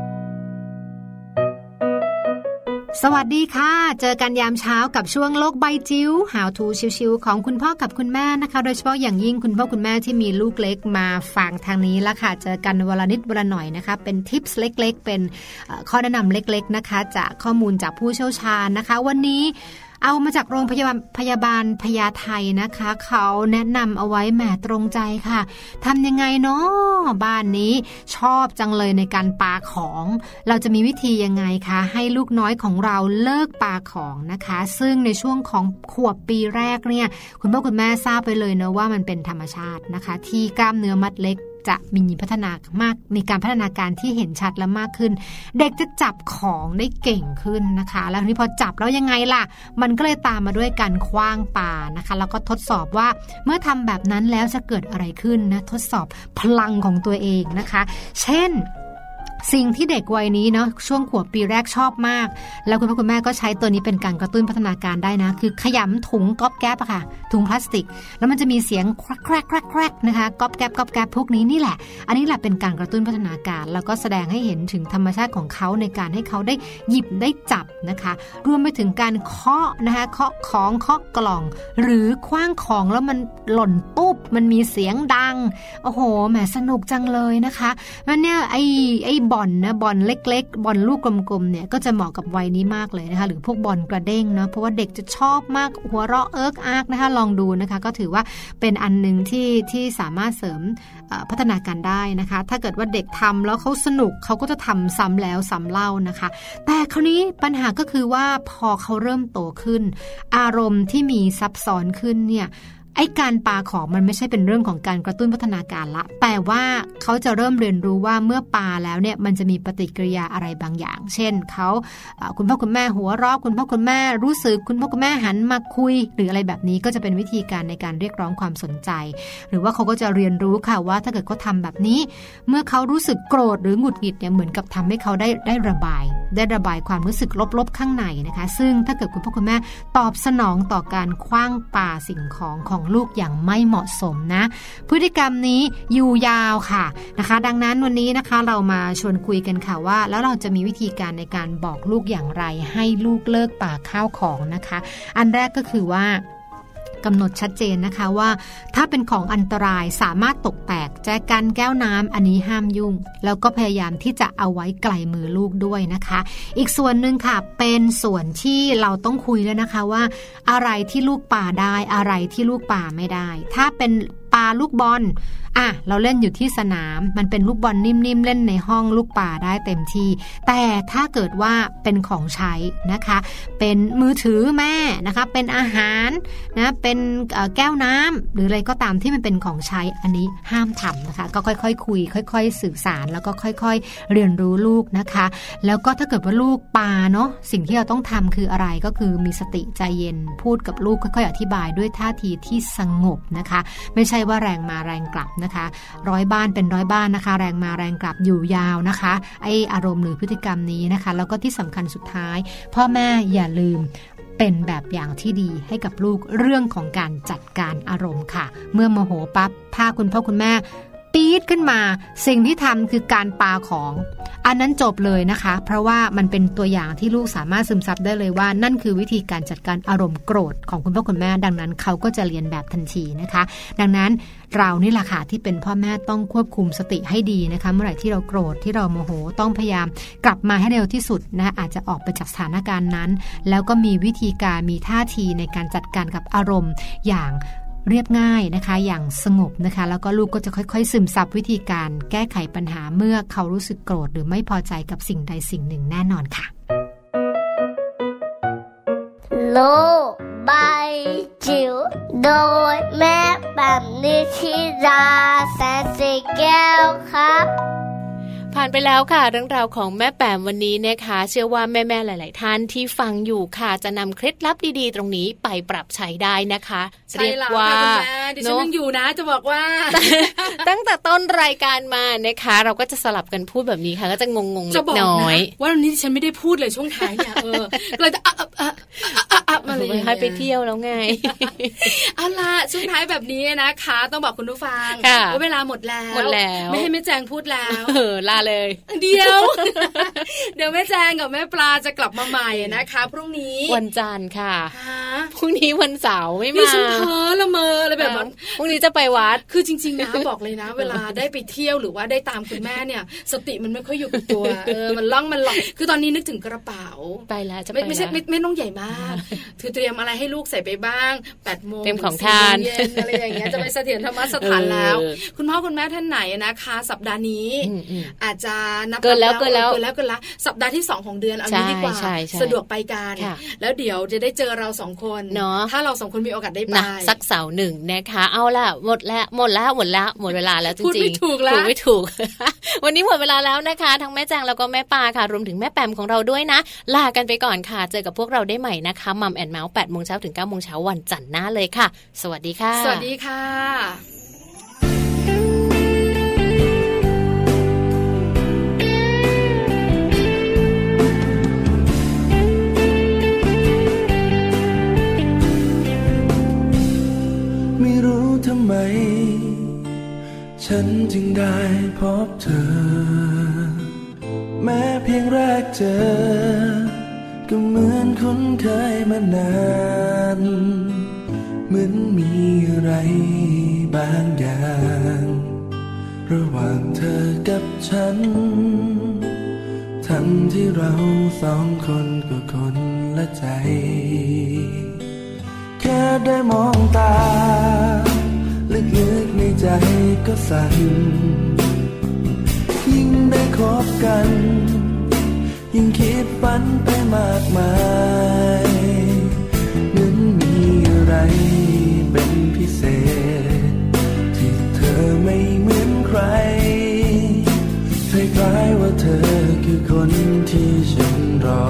สวัสดีค่ะเจอกันยามเช้ากับช่วงโลกใบจิ๋ว How to ชิวๆของคุณพ่อกับคุณแม่นะคะโดยเฉพาะอย่างยิ่งคุณพ่อคุณแม่ที่มีลูกเล็กมาฟังทางนี้ละค่ะเจอกันวันละนิดวันละหน่อยนะคะเป็นทิปส์เล็กๆเป็นข้อแนะนำเล็กๆนะคะจากข้อมูลจากผู้เชี่ยวชาญนะคะวันนี้เอามาจากโรงพยาบาลพยาบาลพญาไทนะคะเขาแนะนำเอาไว้แหมตรงใจค่ะทำยังไงเนาะบ้านนี้ชอบจังเลยในการปาของเราจะมีวิธียังไงคะให้ลูกน้อยของเราเลิกปาของนะคะซึ่งในช่วงของขวบปีแรกเนี่ยคุณพ่อคุณแม่ทราบไปเลยนะว่ามันเป็นธรรมชาตินะคะที่กล้ามเนื้อมัดเล็กจะมีพัฒนามากมีการพัฒนาการที่เห็นชัดและมากขึ้นเด็กจะจับของได้เก่งขึ้นนะคะแล้วทีนี้พอจับแล้วยังไงล่ะมันก็เลยตามมาด้วยการขว้างปานะคะแล้วก็ทดสอบว่าเมื่อทำแบบนั้นแล้วจะเกิดอะไรขึ้นนะทดสอบพลังของตัวเองนะคะเช่นสิ่งที่เด็กวัยนี้เนาะช่วงขวบปีแรกชอบมากแล้วคุณพ่อคุณแม่ก็ใช้ตัวนี้เป็นการกระตุ้นพัฒนาการได้นะคือขยำถุงก๊อบแก๊บอะค่ะถุงพลาสติกแล้วมันจะมีเสียงแครกแครกแครกแครกนะคะก๊อบแก๊บก๊อบแก๊บพวกนี้นี่แหละอันนี้แหละเป็นการกระตุ้นพัฒนาการแล้วก็แสดงให้เห็นถึงธรรมชาติของเขาในการให้เขาได้หยิบได้จับนะคะรวมไปถึงการเคาะนะคะเคาะของเคาะกล่องหรือคว้างของแล้วมันหล่นตุ๊บมันมีเสียงดังโอ้โหแหมสนุกจังเลยนะคะมันเนี่ยไอ้ไอ้บอลนะบอลเล็กๆบอลลูกกลมๆเนี่ยก็จะเหมาะกับวัยนี้มากเลยนะคะหรือพวกบอลกระเด้งเนาะเพราะว่าเด็กจะชอบมากหัวเราะเอิ๊กอาร์กนะคะลองดูนะคะก็ถือว่าเป็นอันนึงที่ที่สามารถเสริมพัฒนาการได้นะคะถ้าเกิดว่าเด็กทำแล้วเขาสนุกเขาก็จะทำซ้ำแล้วซ้ำเล่านะคะแต่คราวนี้ปัญหาก็คือว่าพอเขาเริ่มโตขึ้นอารมณ์ที่มีซับซ้อนขึ้นเนี่ยไอ้การปาของมันไม่ใช่เป็นเรื่องของการกระตุ้นพัฒนาการละแต่ว่าเขาจะเริ่มเรียนรู้ว่าเมื่อปาแล้วเนี่ยมันจะมีปฏิกิริยาอะไรบางอย่างเช่นเขาคุณพ่อคุณแม่หัวเราะคุณพ่อคุณแม่รู้สึกคุณพ่อคุณแม่หันมาคุยหรืออะไรแบบนี้ก็จะเป็นวิธีการในการเรียกร้องความสนใจหรือว่าเขาก็จะเรียนรู้ค่ะว่าถ้าเกิดเขาทำแบบนี้เมื่อเขารู้สึกโกรธหรือหงุดหงิดเนี่ยเหมือนกับทำให้เขาได้ได้ระบายได้ระบายความรู้สึกลบๆข้างในนะคะซึ่งถ้าเกิดคุณพ่อคุณแม่ตอบสนองต่อการขว้างปาสิ่งของของลูกอย่างไม่เหมาะสมนะพฤติกรรมนี้อยู่ยาวค่ะนะคะดังนั้นวันนี้นะคะเรามาชวนคุยกันค่ะว่าแล้วเราจะมีวิธีการในการบอกลูกอย่างไรให้ลูกเลิกปาข้าวของนะคะอันแรกก็คือว่ากำหนดชัดเจนนะคะว่าถ้าเป็นของอันตรายสามารถตกแตกแจกันแก้วน้ำอันนี้ห้ามยุ่งแล้วก็พยายามที่จะเอาไว้ไกลมือลูกด้วยนะคะอีกส่วนหนึ่งค่ะเป็นส่วนที่เราต้องคุยแล้วนะคะว่าอะไรที่ลูกปาได้อะไรที่ลูกปาไม่ได้ถ้าเป็นปาลูกบอลอ่ะเราเล่นอยู่ที่สนามมันเป็นลูกบอลนิ่มๆเล่นในห้องลูกป่าได้เต็มที่แต่ถ้าเกิดว่าเป็นของใช้นะคะเป็นมือถือแม่นะคะเป็นอาหารนะเป็นแก้วน้ำหรืออะไรก็ตามที่มันเป็นของใช้อันนี้ห้ามทำนะคะก็ค่อยๆ ค, คุยค่อยๆสื่อสารแล้วก็ค่อยๆเรียนรู้ลูกนะคะแล้วก็ถ้าเกิดว่าลูกปาเนาะสิ่งที่เราต้องทำคืออะไรก็คือมีสติใจเย็นพูดกับลูกค่อยๆอธิบายด้วยท่าทีที่สงบนะคะไม่ใช่ว่าแรงมาแรงกลับนะคะร้อยบ้านเป็นร้อยบ้านนะคะแรงมาแรงกลับอยู่ยาวนะคะไออารมณ์หรือพฤติกรรมนี้นะคะแล้วก็ที่สำคัญสุดท้ายพ่อแม่อย่าลืมเป็นแบบอย่างที่ดีให้กับลูกเรื่องของการจัดการอารมณ์ค่ะเมื่อโมโหปั๊บพาคุณพ่อคุณแม่ปี๊ดขึ้นมาสิ่งที่ทำคือการปาของอันนั้นจบเลยนะคะเพราะว่ามันเป็นตัวอย่างที่ลูกสามารถซึมซับได้เลยว่านั่นคือวิธีการจัดการอารมณ์โกรธของคุณพ่อคุณแม่ดังนั้นเขาก็จะเรียนแบบทันทีนะคะดังนั้นเรานี่แหละค่ะที่เป็นพ่อแม่ต้องควบคุมสติให้ดีนะคะเมื่อไหร่ที่เราโกรธที่เราโมโหต้องพยายามกลับมาให้เร็วที่สุดนะอาจจะออกไปจากสถานการณ์นั้นแล้วก็มีวิธีการมีท่าทีในการจัดการกับอารมณ์อย่างเรียบง่ายนะคะอย่างสงบนะคะแล้วก็ลูกก็จะค่อยๆซึมซับวิธีการแก้ไขปัญหาเมื่อเขารู้สึกโกรธหรือไม่พอใจกับสิ่งใดสิ่งหนึ่งแน่นอนค่ะโลกใบจิ๋วโดยแม่แบบนิชิราแสนสีแก้วครับผ่านไปแล้วค่ะเรื่องราวของแม่แป๋มวันนี้นะคะเชื่อว่าแม่ๆหลายๆท่านที่ฟังอยู่ค่ะจะนำเคล็ดลับดีๆตรงนี้ไปปรับใช้ได้นะคะเรียกว่าดิฉันยังอยู่นะจะบอกว่าตั้งแต่ต้นรายการมานะคะเราก็จะสลับกันพูดแบบนี้ค่ะก็จะงงๆเล็กน้อยว่าวันนี้ดิฉันไม่ได้พูดเลยช่วงท้ายเนี่ยเออเลยจะอ่ะอ่ะอ่ะอ่ะอ่ะมาเลยให้ไปเที่ยวแล้วไงเอาล่ะช่วงท้ายแบบนี้นะคะต้องบอกคุณผู้ฟังว่าเวลาหมดแล้วหมดแล้วไม่ให้แม่แจงพูดแล้วเออลาเลยเดี๋ยวเดี๋ยวแม่แจงกับแม่ปลาจะกลับมาใหม่นะคะพรุ่งนี้วันจันทร์ค่ะพรุ่งนี้วันเสาร์ไม่มาดิฉันเพ้อละเมออะไรแบบนั้นพรุ่งนี้จะไปวัดคือจริงๆนะบอกเลยนะเวลาได้ไปเที่ยวหรือว่าได้ตามคุณแม่เนี่ยสติมันไม่ค่อยอยู่กับตัวเออมันล่องมันหลอกคือตอนนี้นึกถึงกระเป๋าไปแล้วจะไปไม่ใช่ไม่ต้องใหญ่มากถือเตรียมอะไรให้ลูกใส่ไปบ้างแปดโมงเตรียมของทานเย็นอะไรอย่างเงี้ยจะไปเสถียรธรรมสถานแล้วคุณพ่อคุณแม่ท่านไหนนะคะสัปดาห์นี้อาจจะนับเกินแล้วเกินแล้วเกินแล้วเกินแล้วสัปดาห์ที่สองของเดือนเอางี้ดีกว่าสะดวกไปกันแล้วเดี๋ยวจะได้เจอเราสองคนเนาะถ้าเราสองคนมีโอกาสได้ไปสักเสาร์หนึ่งนะคะเอาล่ะหมดแล้วหมดแล้วหมดแล้วหมดเวลาแล้วจริงๆพูดไม่ถูกแล้วพูดไม่ถูก วันนี้หมดเวลาแล้วนะคะทั้งแม่แจงแล้วก็แม่ปาค่ะรวมถึงแม่แปมของเราด้วยนะลากันไปก่อนค่ะเจอกับพวกเราได้ใหม่นะคะมัมแอนด์เมาส์แปดโมงเช้าถึงเก้าโมงเช้าวันจันทร์หน้าเลยค่ะสวัสดีค่ะสวัสดีค่ะทำไมฉันจึงได้พบเธอแม้เพียงแรกเจอก็เหมือนคุ้นเคยมานานเหมือนมีอะไรบางอย่างระหว่างเธอกับฉันทั้งที่เราสองคนก็คนละใจแค่ได้มองตาลึกๆในใจก็สั่นยิ่งได้คบกันยิ่งคิดฝันไปมากมายเหมือนมีอะไรเป็นพิเศษที่เธอไม่เหมือนใครคล้ายๆว่าเธอคือคนที่ฉันรอ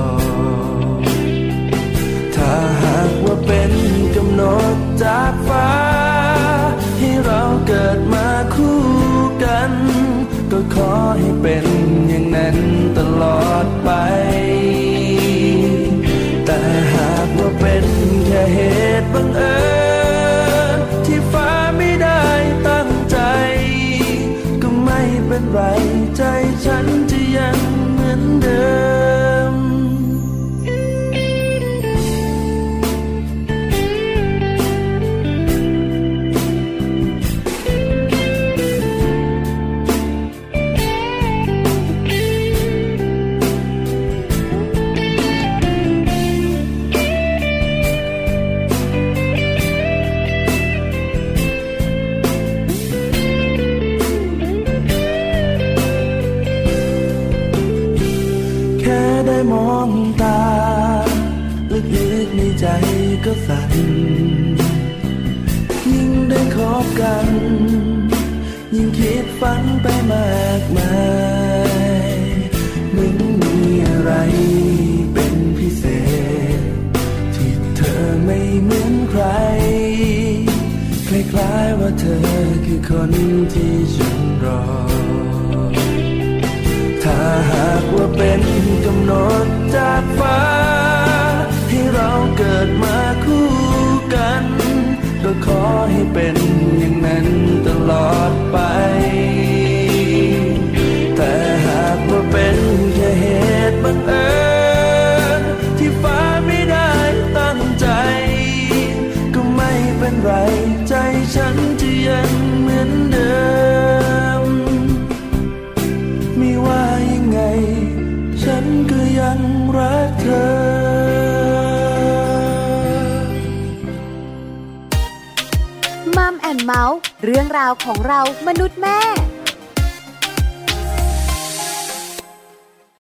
ถ้าหากว่าเป็นกำหนดจากฟ้าให้เราเกิดมาคู่กันก็ขอให้เป็นอย่างนั้นตลอดไปแต่หากว่าเป็นแค่เหตุบังเอิญที่ฟ้าไม่ได้ตั้งใจก็ไม่เป็นไรใจฉันจะยังเหมือนเดิมมองตาลึกๆในใจก็สั่นยิ่งได้คบกันยิ่งคิดฝันไปมากมายเหมือนมีอะไรเป็นพิเศษที่เธอไม่เหมือนใครคล้ายๆว่าเธอคือคนที่ฉันรอถ้าหากว่าเป็นกำหนดจากฟ้าให้เราเกิดมาคู่กันก็ขอให้เป็นอย่างนั้นตลอดไปแต่หากว่าเป็นแค่เหตุบังเอิญที่ฟ้าไม่ได้ตั้งใจก็ไม่เป็นไรใจฉันจะยังเหมือนเดิมไม่ว่ายังไงฉันก็ยังรักเธอมัมแอนเมาส์เรื่องราวของเรามนุษย์แม่